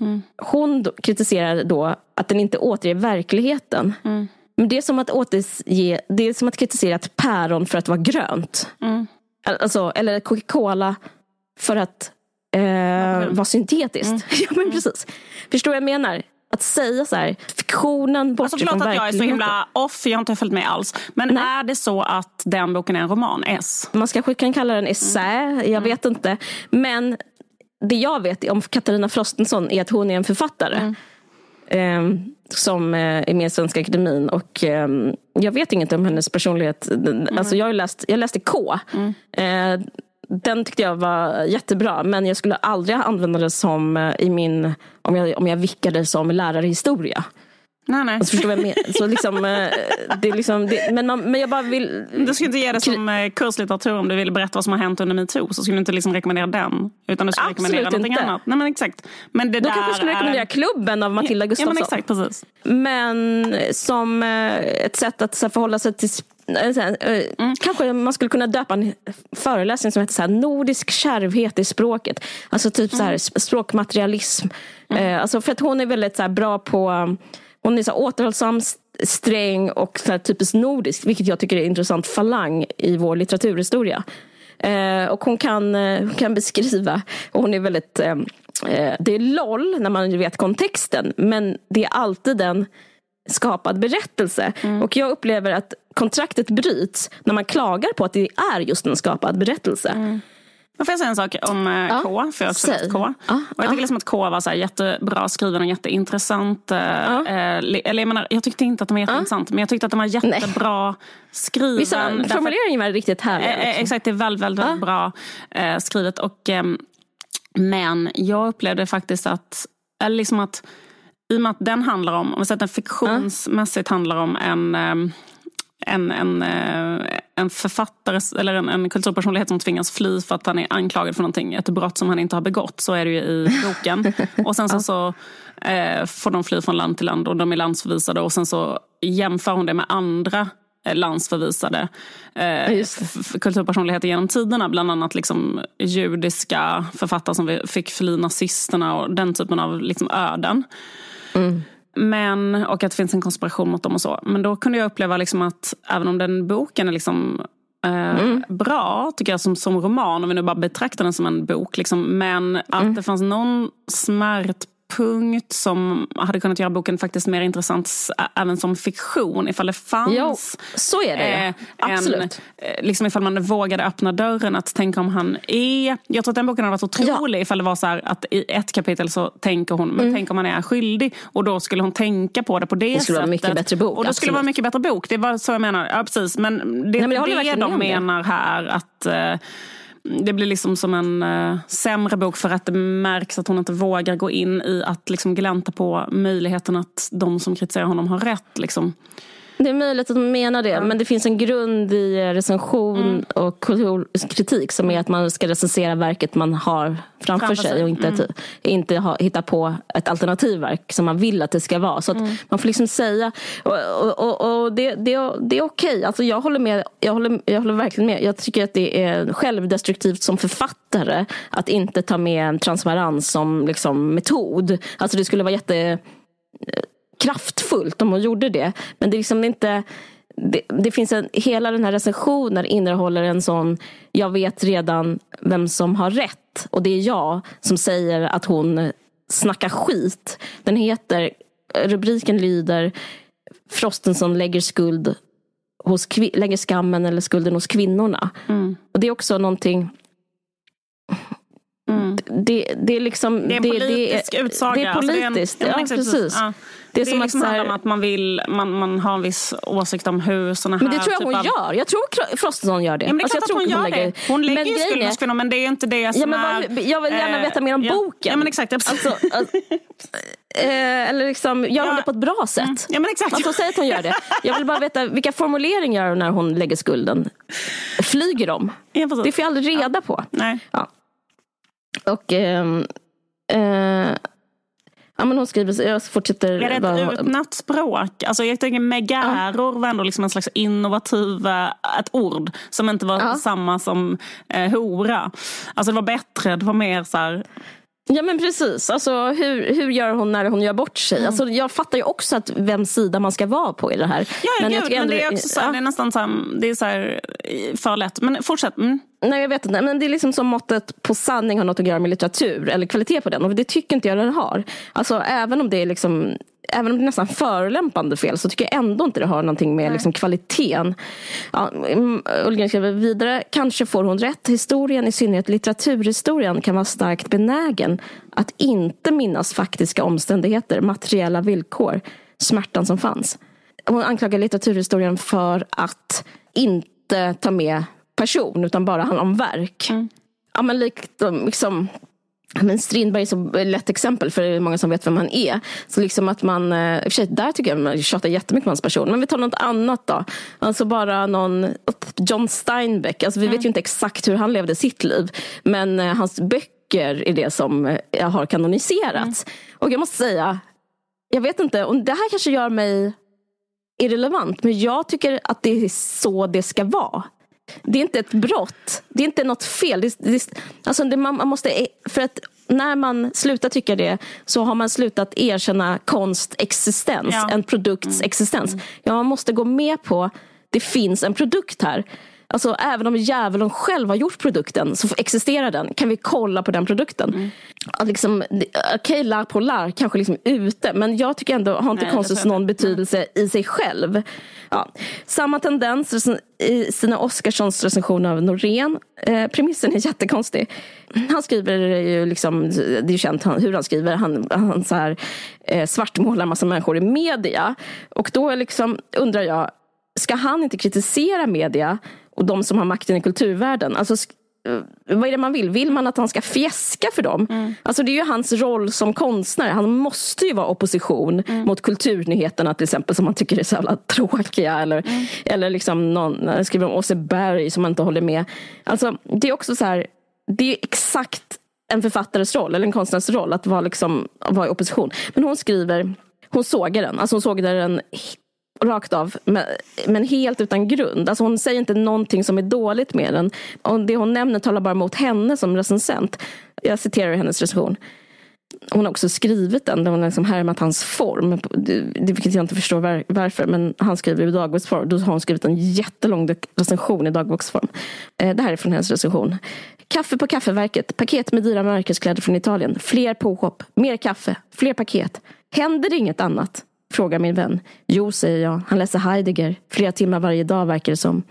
Mm. Hon då, kritiserar då att den inte återger verkligheten. Mm. Men det är som att återge, det är som att kritisera ett päron för att vara grönt. Mm. Alltså, eller Coca-Cola för att eh, mm. vara syntetiskt. Mm. Ja, men precis. Förstår vad jag menar? Att säga så här, fiktionen bortser alltså, från verkligheten. Jag är så himla off, jag har inte följt med alls. Men Nej. är det så att den boken är en roman, S? Man kanske kan kalla den essä, mm. jag mm. vet inte. Men det jag vet om Katarina Frostenson är att hon är en författare. Mm. Eh, som är med i Svenska Akademin. Och eh, jag vet inget om hennes personlighet. Mm. Alltså jag, har läst, jag läste K. Mm. Eh, den tyckte jag var jättebra. Men jag skulle aldrig använda det som eh, i min... Om jag, om jag vickade som lärare i historia. Nej, nej. Alltså, förstår jag med? Så liksom, eh, det är liksom det, men, man, men jag bara vill... Du skulle inte ge det som eh, kurslitteratur om du vill berätta vad som har hänt under MeToo. Så skulle du inte liksom rekommendera den. Utan du skulle Absolut rekommendera någonting inte. annat. Nej, men exakt. Men det Då där kanske jag skulle rekommendera är... Klubben av Matilda Gustafsson. Ja, men exakt, precis. Men som eh, ett sätt att så här, förhålla sig till... Så här, eh, mm. Kanske man skulle kunna döpa en föreläsning som heter så här, nordisk kärvhet i språket. Alltså typ mm. så här, språkmaterialism. Mm. Eh, alltså för att hon är väldigt så här, bra på... Hon är så återhållsam, sträng och så här typiskt nordisk, vilket jag tycker är intressant falang i vår litteraturhistoria. Eh, och hon kan, eh, kan beskriva, och hon är väldigt, eh, det är LOL när man vet kontexten, men det är alltid en skapad berättelse. Mm. Och jag upplever att kontraktet bryts när man klagar på att det är just en skapad berättelse. Mm. Jag får säga en sak om eh, ja, K, för jag har också läst K. Ja, och jag tycker ja. liksom att K var så här jättebra skriven och jätteintressant. Eh, ja. eh, eller jag menar, jag tyckte inte att den var jätteintressant, ja. men jag tyckte att den var jättebra Nej. skriven. Vissa formuleringen var riktigt härlig. Eh, exakt, det är väldigt, väldigt, väldigt ja. bra eh, skrivet. Och, eh, men jag upplevde faktiskt att, eller liksom att i och med att den handlar om, om vi säger att den fiktionsmässigt ja. handlar om en... Eh, En, en, en författare eller en, en kulturpersonlighet som tvingas fly för att han är anklagad för någonting, ett brott som han inte har begått, så är det ju i boken. Och sen så, så eh, får de fly från land till land och de är landsförvisade, och sen så jämför hon det med andra eh, landsförvisade eh, f- kulturpersonligheter genom tiderna, bland annat liksom judiska författare som fick fly nazisterna och den typen av liksom öden. Mm. Men, och att det finns en konspiration mot dem och så. Men då kunde jag uppleva liksom att även om den boken är liksom eh, mm. bra, tycker jag, som, som roman, om vi nu bara betraktar den som en bok liksom, men att mm. det fanns någon smärtpunkt som hade kunnat göra boken faktiskt mer intressant även som fiktion, ifall det fanns jo, så är det eh, absolut en, liksom ifall man vågade öppna dörren att tänka om han är, jag tror att den boken hade varit otrolig ja. ifall det var så här att i ett kapitel så tänker hon, men mm. tänk om han är skyldig, och då skulle hon tänka på det på det, det skulle sättet. Vara mycket bättre bok, och då skulle det vara en mycket bättre bok, det var så jag menar, ja precis, men det är Nej, men det de menar det. här att eh, det blir liksom som en uh, sämre bok för att det märks att hon inte vågar gå in i att liksom glänta på möjligheten att de som kritiserar honom har rätt liksom. Det är möjligt att de menar det, ja. men det finns en grund i recension mm. och kritik som är att man ska recensera verket man har framför, framför sig, sig och inte, mm. att, inte ha, hitta på ett alternativverk som man vill att det ska vara. Så att mm. man får liksom säga, och, och, och, och det, det, det är okej. Alltså jag håller med, jag håller, jag håller verkligen med. Jag tycker att det är självdestruktivt som författare att inte ta med en transparens som liksom metod. Alltså det skulle vara jätte... kraftfullt om hon gjorde det, men det är liksom inte det, det finns en, hela den här recensionen innehåller en sån, jag vet redan vem som har rätt, och det är jag som säger att hon snackar skit. Den heter, rubriken lyder Frostenson lägger skuld hos, lägger skammen eller skulden hos kvinnorna. Mm. Och det är också någonting mm. det, det är liksom det är en politisk det, det, utsaga. Det är politiskt, alltså det är en, ja, precis. Ja. Det är det som är liksom att, här, att man vill man, man har en viss åsikt om hur såna här. Men det tror jag typ hon av... gör. Jag tror Frostenson gör det. Ja, men det är alltså, klart att hon gör hon lägger... det. Hon lägger ju skuld hos kvinnor, men det är ju inte det som ja, men vad, är... Jag vill gärna veta mer om ja. boken. Ja, men exakt. Alltså, alltså, eh, eller liksom, gör hon ja. det på ett bra sätt? Mm. Ja, men exakt. Alltså, säg att hon gör det. Jag vill bara veta vilka formuleringar gör när hon lägger skulden. Flyger de? Ja, det får jag aldrig reda ja. på. Nej. Ja. Och... Eh, eh, ja, men hon skriver, jag fortsätter. Är det ett bara... utnatt språk? Alltså jag tänker megäror ja. var ändå liksom en slags innovativa, ett ord som inte var ja. samma som eh, hora. Alltså det var bättre, det var mer så här... Ja men precis, alltså hur, hur gör hon när hon gör bort sig? Mm. Alltså, jag fattar ju också att vem sida man ska vara på i det här. Ja, men, jag gud, men det är också så här, ja. det är nästan så här, det är så här för lätt. Men fortsätt. Mm. Nej jag vet inte, men det är liksom som måttet på sanning har något att göra med litteratur eller kvalitet på den, och det tycker inte jag den har. Alltså även om det är liksom Även om det är nästan förolämpande fel, så tycker jag ändå inte det har någonting med liksom kvaliteten. Ja, Ullgren skriver vidare, kanske får hon rätt. Historien, i synnerhet litteraturhistorien, kan vara starkt benägen att inte minnas faktiska omständigheter, materiella villkor, smärtan som fanns. Hon anklagar litteraturhistorien för att inte ta med person, utan bara handla om verk. Mm. Ja, men liksom... Men Strindberg är så lätt exempel, för det är många som vet vem han är. Så liksom att man, i och för sig, där tycker jag man tjatar jättemycket om hans person. Men vi tar något annat då. Alltså bara någon, John Steinbeck. Alltså vi mm. vet ju inte exakt hur han levde sitt liv. Men eh, hans böcker är det som eh, har kanoniserats. Mm. Och jag måste säga, jag vet inte, och det här kanske gör mig irrelevant. Men jag tycker att det är så det ska vara. Det är inte ett brott. Det är inte något fel. Det, det, alltså det, man måste, för att när man slutar tycka det, så har man slutat erkänna konst existens, ja. en produkts mm. existens. Ja, man måste gå med på det finns en produkt här. Alltså även om djävulen själv har gjort produkten, så existerar den. Kan vi kolla på den produkten? Mm. Liksom, okej, okay, lär på lär, kanske liksom ute. Men jag tycker ändå, har inte konsten någon betydelse mm. i sig själv. Ja. Samma tendens i sina Oscarssons recension av Norén. Eh, premissen är jättekonstig. Han skriver ju liksom, det är ju känt hur han skriver. Han, han så här, eh, svartmålar massa människor i media. Och då liksom, undrar jag, ska han inte kritisera media och de som har makten i kulturvärlden? Alltså, vad är det man vill? Vill man att han ska fjäska för dem? Mm. Alltså det är ju hans roll som konstnär. Han måste ju vara opposition mm. mot kulturnyheterna till exempel, som man tycker är så jävla tråkiga. Eller, mm. eller liksom någon skriver om Åse Berg som man inte håller med. Alltså det är också så här, det är exakt en författares roll eller en konstnärs roll att vara, liksom, att vara i opposition. Men hon skriver, hon sågar den. Alltså hon sågar den rakt av, men, men helt utan grund. Alltså hon säger inte någonting som är dåligt med den. Och det hon nämner talar bara mot henne som recensent. Jag citerar hennes recension. Hon har också skrivit den, där hon har liksom härmat hans form. Det, vilket jag inte förstår var, varför, men han skriver i dagboksform. Då har hon skrivit en jättelång recension i dagboksform. Eh, det här är från hennes recension. Kaffe på kaffeverket, paket med dyra märkeskläder från Italien. Fler påhopp, mer kaffe, fler paket. Händer det inget annat? Frågar min vän. Jo, säger jag. Han läser Heidegger. Flera timmar varje dag verkar det som.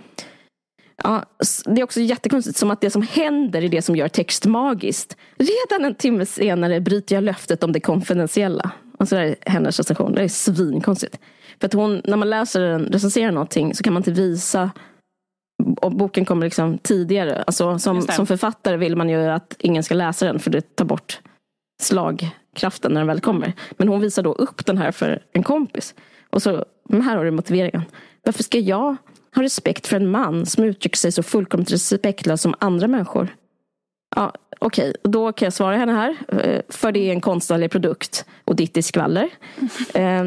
Ja, det är också jättekonstigt, som att det som händer är det som gör text magiskt. Redan en timme senare bryter jag löftet om det konfidentiella. Och så är hennes recension. Det är svinkonstigt. För att hon, när man läser den, recenserar någonting, så kan man inte visa, och boken kommer liksom tidigare. Alltså som, som författare vill man ju att ingen ska läsa den, för det tar bort slagkraften när den väl kommer. Men hon visar då upp den här för en kompis. Och så, men här har du motiveringen. Varför ska jag ha respekt för en man som uttrycker sig så fullkomligt respektlöst som andra människor? Ja, okej. Okay. Då kan jag svara henne här. För det är en konstnärlig produkt och ditt är skvaller. eh,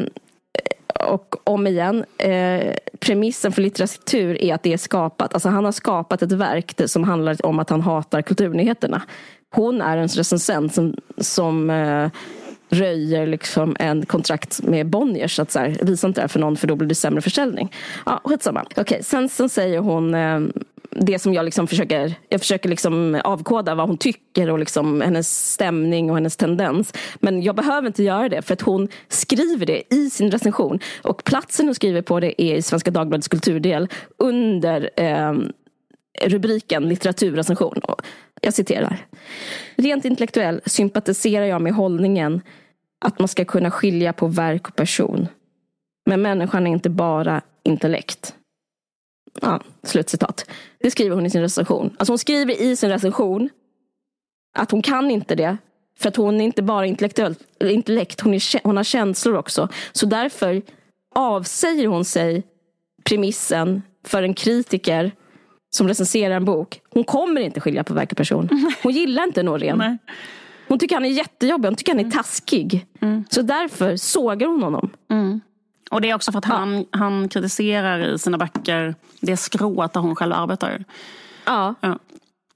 och om igen, eh, premissen för litteratur är att det är skapat. Alltså han har skapat ett verk som handlar om att han hatar kulturnyheterna. Hon är en recensent som, som eh, röjer liksom en kontrakt med Bonniers, att så här, visa inte det här för någon, för då blir det sämre försäljning. Ja, skitsamma. Okej, okay, sen, sen säger hon eh, det som jag liksom försöker jag försöker liksom avkoda vad hon tycker och liksom hennes stämning och hennes tendens. Men jag behöver inte göra det, för att hon skriver det i sin recension, och platsen hon skriver på det är i Svenska Dagbladets kulturdel under eh, rubriken litteraturrecension. Jag citerar. Rent intellektuell sympatiserar jag med hållningen att man ska kunna skilja på verk och person. Men människan är inte bara intellekt. Ja, slutcitat. Det skriver hon i sin recension. Alltså hon skriver i sin recension att hon kan inte det, för att hon är inte bara intellektuell, intellekt, hon, är, hon har känslor också. Så därför avsäger hon sig premissen för en kritiker som recenserar en bok. Hon kommer inte skilja på verk och person. Hon gillar inte Norén. Hon tycker han är jättejobbig. Hon tycker han är taskig. Mm. Så därför sågar hon honom. Mm. Och det är också för att han, ja. han kritiserar i sina böcker det skrået där hon själv arbetar. Ja. ja.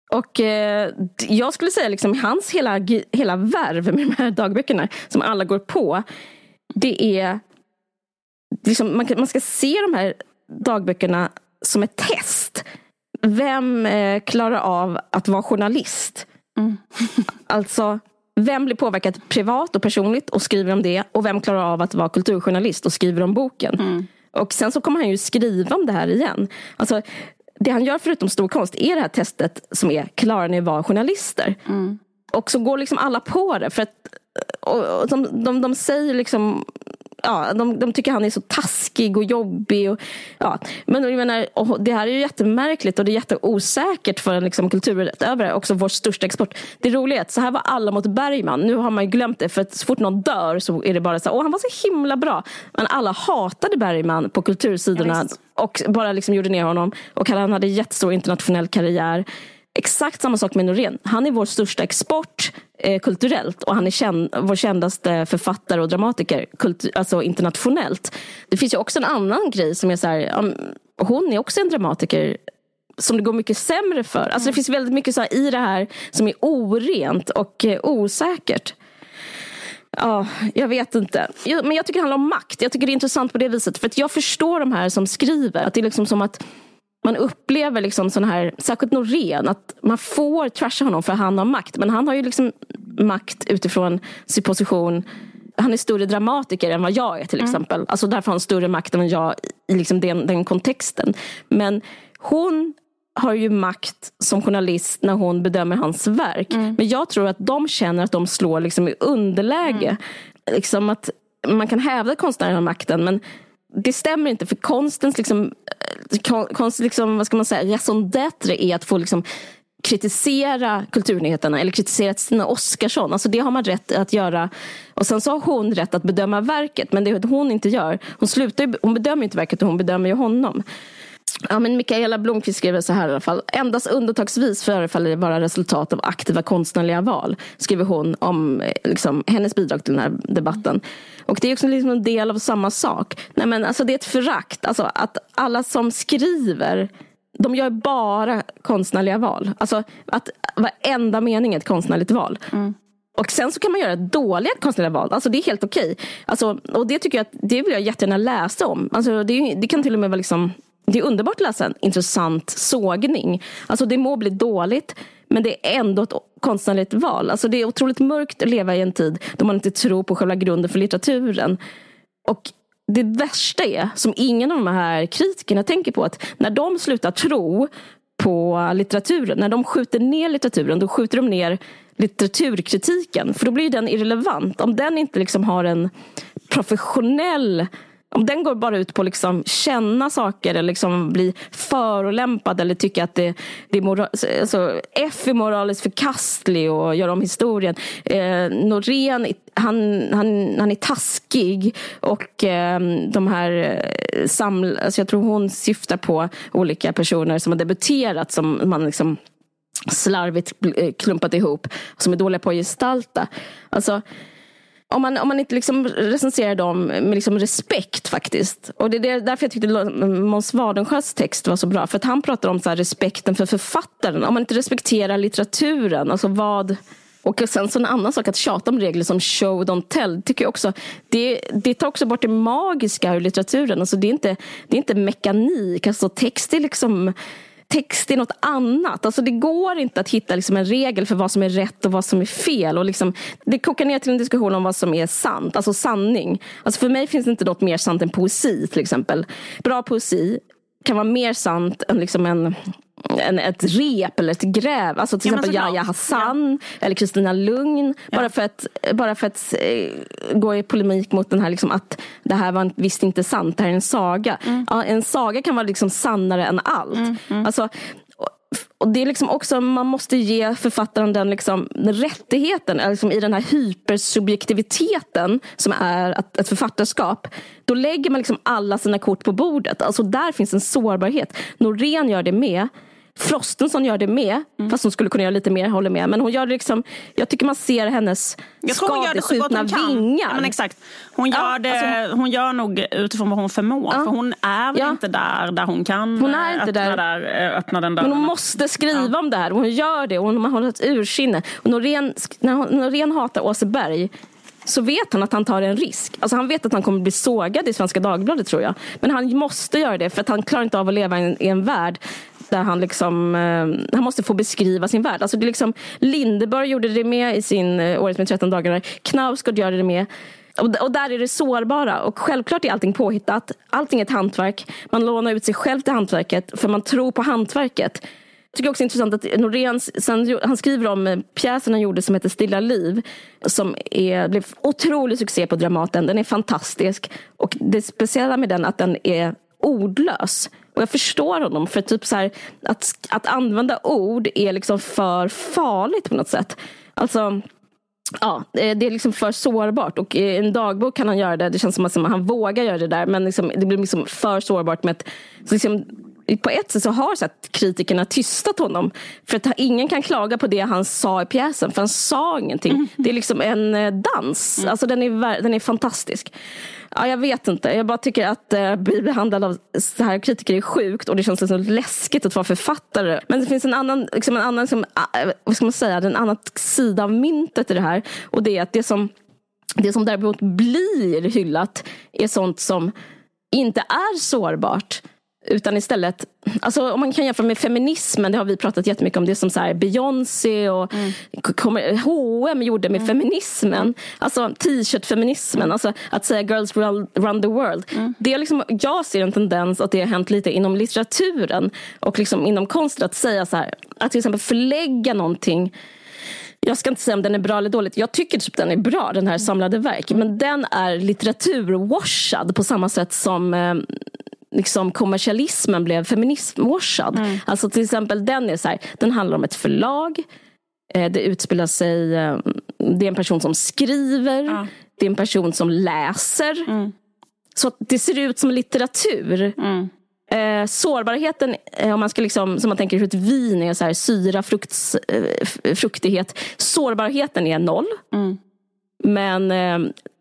Och eh, jag skulle säga liksom hans hela, hela värv med de här dagböckerna som alla går på, det är liksom, man, man ska se de här dagböckerna som ett test. Vem eh, klarar av att vara journalist? Mm. Alltså, vem blir påverkad privat och personligt och skriver om det? Och vem klarar av att vara kulturjournalist och skriver om boken? Mm. Och sen så kommer han ju skriva om det här igen. Alltså, det han gör förutom stor konst är det här testet som är, klarar ni vara journalister? Mm. Och så går liksom alla på det. För att och, och de, de, de säger liksom... Ja, de, de tycker han är så taskig och jobbig. Och, ja. Men jag menar, och det här är ju jättemärkligt och det är jätteosäkert för en liksom, kulturutövare, också vår största export. Det roliga är att så här var alla mot Bergman. Nu har man ju glömt det, för att så fort någon dör så är det bara så här, åh, han var så himla bra. Men alla hatade Bergman på kultursidorna och bara liksom gjorde ner honom. Och han hade jättestor internationell karriär. Exakt samma sak med Norén. Han är vår största export eh, kulturellt. Och han är känd, vår kändaste författare och dramatiker kultur, alltså internationellt. Det finns ju också en annan grej som är så här, um, hon är också en dramatiker som det går mycket sämre för. Alltså mm. det finns väldigt mycket så här i det här som är orent och eh, osäkert. Ja, jag vet inte. Men jag tycker det handlar om makt. Jag tycker det är intressant på det viset. För att jag förstår de här som skriver. Att det är liksom som att man upplever liksom sån här, särskilt Norén, att man får trasha honom för han har makt. Men han har ju liksom makt utifrån sin position. Han är större dramatiker än vad jag är till exempel. Mm. Alltså därför har han större makt än jag i liksom den, den kontexten. Men hon har ju makt som journalist när hon bedömer hans verk. Mm. Men jag tror att de känner att de slår liksom i underläge. Mm. Liksom att man kan hävda konstnären har makten, men det stämmer inte, för konstens liksom, konst, liksom, vad ska man säga, raison d'être är att få liksom kritisera kulturnyheterna eller kritisera Stina Oskarsson. Alltså det har man rätt att göra. Och sen så har hon rätt att bedöma verket, men det hon inte gör. Hon slutar, hon bedömer inte verket, och hon bedömer ju honom. Ja, men Mikaela Blomqvist skriver så här i alla fall. Endast undantagsvis förefaller det vara resultat av aktiva konstnärliga val, skriver hon om liksom, hennes bidrag till den här debatten. Och det är också liksom en del av samma sak. Nej, men alltså det är ett förakt. Alltså att alla som skriver, de gör bara konstnärliga val. Alltså att varenda mening är ett konstnärligt val. Mm. Och sen så kan man göra dåliga konstnärliga val. Alltså det är helt okej. Alltså, och det tycker jag att det vill jag jättegärna läsa om. Alltså det, det kan till och med vara liksom, det är underbart att läsa en intressant sågning. Alltså det må bli dåligt, men det är ändå ett konstnärligt val. Alltså det är otroligt mörkt att leva i en tid då man inte tror på själva grunden för litteraturen. Och det värsta är, som ingen av de här kritikerna tänker på, att när de slutar tro på litteraturen, när de skjuter ner litteraturen, då skjuter de ner litteraturkritiken. För då blir den irrelevant. Om den inte liksom har en professionell, om den går bara ut på att liksom känna saker eller liksom bli förolämpad eller tycka att det, det är moral, alltså F är moraliskt förkastlig och gör om historien. Eh, Norén, han, han, han är taskig och eh, de här saml, alltså jag tror hon syftar på olika personer som har debuterat som man liksom slarvigt klumpat ihop, som är dåliga på att gestalta. Alltså Om man, om man inte liksom recenserar dem med liksom respekt faktiskt. Och det är därför jag tyckte Måns Wadensjös text var så bra. För att han pratar om så här respekten för författaren. Om man inte respekterar litteraturen, alltså vad... Och sen så en annan sak, att tjata om regler som show don't tell, tycker jag också, det, det tar också bort det magiska ur litteraturen. Alltså det är inte, det är inte mekanik, alltså text är liksom... Text är något annat. Alltså det går inte att hitta liksom en regel för vad som är rätt och vad som är fel. Och liksom, det kokar ner till en diskussion om vad som är sant. Alltså sanning. Alltså för mig finns det inte något mer sant än poesi till exempel. Bra poesi kan vara mer sant än liksom en, en, ett rep eller ett gräv. Alltså till ja, exempel Yahya Hassan ja. eller Kristina Lugn. Ja. Bara för att, bara för att eh, gå i polemik mot den här liksom, att det här var visst inte sant, det här är en saga. Mm. Ja, en saga kan vara liksom sannare än allt. Mm. Mm. Alltså, och, och det är liksom också, man måste ge författaren den, liksom, den rättigheten liksom, i den här hypersubjektiviteten som är att, ett författarskap. Då lägger man liksom alla sina kort på bordet. Alltså där finns en sårbarhet. Norén gör det med. Frostenson gör det med, mm. fast hon skulle kunna göra lite mer, håller med. Men hon gör det liksom, jag tycker man ser hennes skadeskjutna vingar. Ja, men exakt. Hon gör, ja, det, alltså, hon gör nog utifrån vad hon förmår. Ja. För hon är väl ja. inte där där hon kan hon är inte öppna, där. Där, öppna den dörren. Men hon måste skriva ja. om det här. Hon gör det och hon har ett ursinne. Och Norén, när Norén hatar Åseberg så vet han att han tar en risk. Alltså han vet att han kommer bli sågad i Svenska Dagbladet, tror jag. Men han måste göra det för att han klarar inte av att leva i en, i en värld där han liksom eh, han måste få beskriva sin värld. Alltså det är liksom Lindeborg gjorde det med i sin eh, Året med tretton dagar. Knausgård gör det med. Och, och där är det sårbara. Och självklart är allting påhittat. Allting är ett hantverk. Man lånar ut sig själv till hantverket för man tror på hantverket. Jag tycker också intressant att Norén, sen, han skriver om pjäsen han gjorde som heter Stilla liv, som är, blev otrolig succé på Dramaten. Den är fantastisk. Och det speciella med den att den är ordlös. Och jag förstår honom, för typ så här, att, att använda ord är liksom för farligt på något sätt. Alltså, ja, det är liksom för sårbart. Och i en dagbok kan han göra det. Det känns som att han vågar göra det där. Men liksom, det blir liksom för sårbart med att liksom, på ett sätt så har så att kritikerna tystat honom. För att ingen kan klaga på det han sa i pjäsen. För han sa ingenting. Mm. Det är liksom en dans. Mm. Alltså den är, den är fantastisk. Ja, jag vet inte. Jag bara tycker att uh, bli behandlad av så här kritiker är sjukt. Och det känns liksom läskigt att vara författare. Men det finns en annan, liksom en annan liksom, uh, vad ska man säga, en annan sida av myntet i det här. Och det är att det som, det som däremot blir hyllat är sånt som inte är sårbart. Utan istället, alltså om man kan jämföra med feminismen, det har vi pratat jättemycket om, det som så här Beyoncé och mm. H och M gjorde med mm. feminismen, alltså t-shirt-feminismen, mm. alltså att säga girls run, run the world. Mm. Det är liksom, jag ser en tendens att det har hänt lite inom litteraturen och liksom inom konsten att säga så här, att till exempel förlägga någonting. Jag ska inte säga om den är bra eller dåligt. Jag tycker typ den är bra, den här samlade verk. Men den är litteraturwashad på samma sätt som eh, liksom kommersialismen blev feminism-washad. Mm. Alltså till exempel den är så här, den handlar om ett förlag. Eh, det utspelar sig, eh, det är en person som skriver. Mm. Det är en person som läser. Mm. Så att det ser ut som litteratur. Mm. Eh, sårbarheten, eh, om man ska liksom, som man tänker hur ett vin är så här, syra, frukts, eh, fruktighet. Sårbarheten är noll. Mm. Men eh,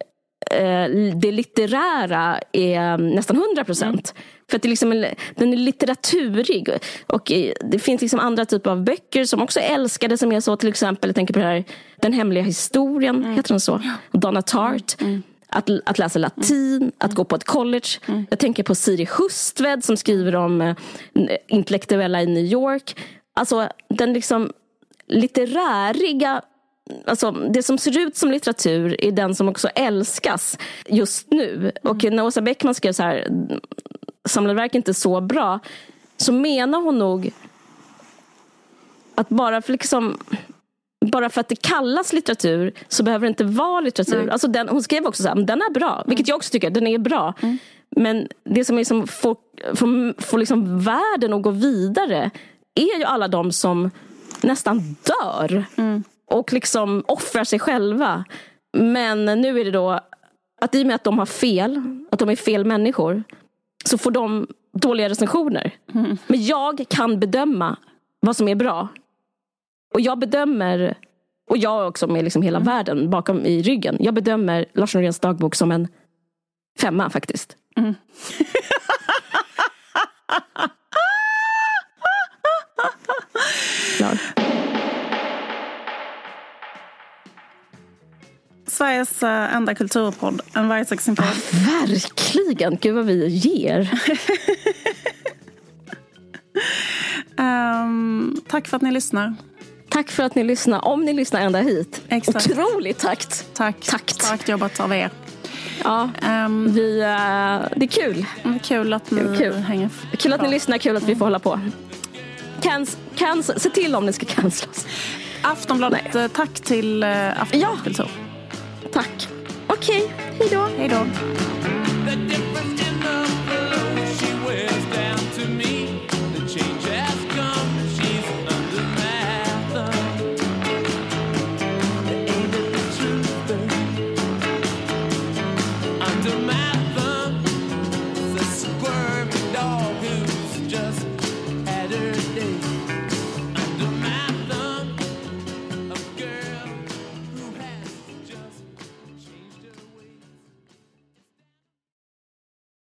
eh, det litterära är nästan hundra procent. Mm. För att det liksom, den är litteraturig. Och eh, det finns liksom andra typer av böcker som också älskade, som är så, till exempel, jag tänker på det här Den hemliga historien, mm. heter den så? Donna Tartt. Mm. Att, att läsa latin, mm. att gå på ett college. Mm. Jag tänker på Siri Hustved som skriver om eh, intellektuella i New York. Alltså den liksom litteräriga, alltså det som ser ut som litteratur är den som också älskas just nu. Mm. Och när Åsa Bäckman skrev så här, samlade verk inte så bra, så menar hon nog att bara för liksom... Bara för att det kallas litteratur så behöver det inte vara litteratur. Mm. Alltså den, hon skrev också så här, den är bra. Vilket jag också tycker, den är bra. Mm. Men det som liksom får, får, får liksom världen att gå vidare är ju alla de som nästan dör. Mm. Och liksom offrar sig själva. Men nu är det då att i och med att de har fel, att de är fel människor, så får de dåliga recensioner. Mm. Men jag kan bedöma vad som är bra. Och jag bedömer, och jag också med liksom hela mm. världen bakom i ryggen, jag bedömer Lars Noréns dagbok som en femma faktiskt. Mm. Sveriges uh, enda kulturpodd, en vargsaxinpodd. Ah, verkligen, gud vad vi ger. um, tack för att ni lyssnar. Tack för att ni lyssnar. Om ni lyssnar ända hit. Exakt. Otroligt takt. Tack. Tack. Tack jobbat av er. Ja, um, vi, uh, det är kul. Det är kul att ni kul. hänger f- Kul att ni lyssnar, kul att vi får hålla på. Cans, cans, se till om ni ska cancelas. Aftonbladet, Nej. tack till uh, Aftonbladet Kultur. Ja, tack. Okej, okay. Hej då. Hej då.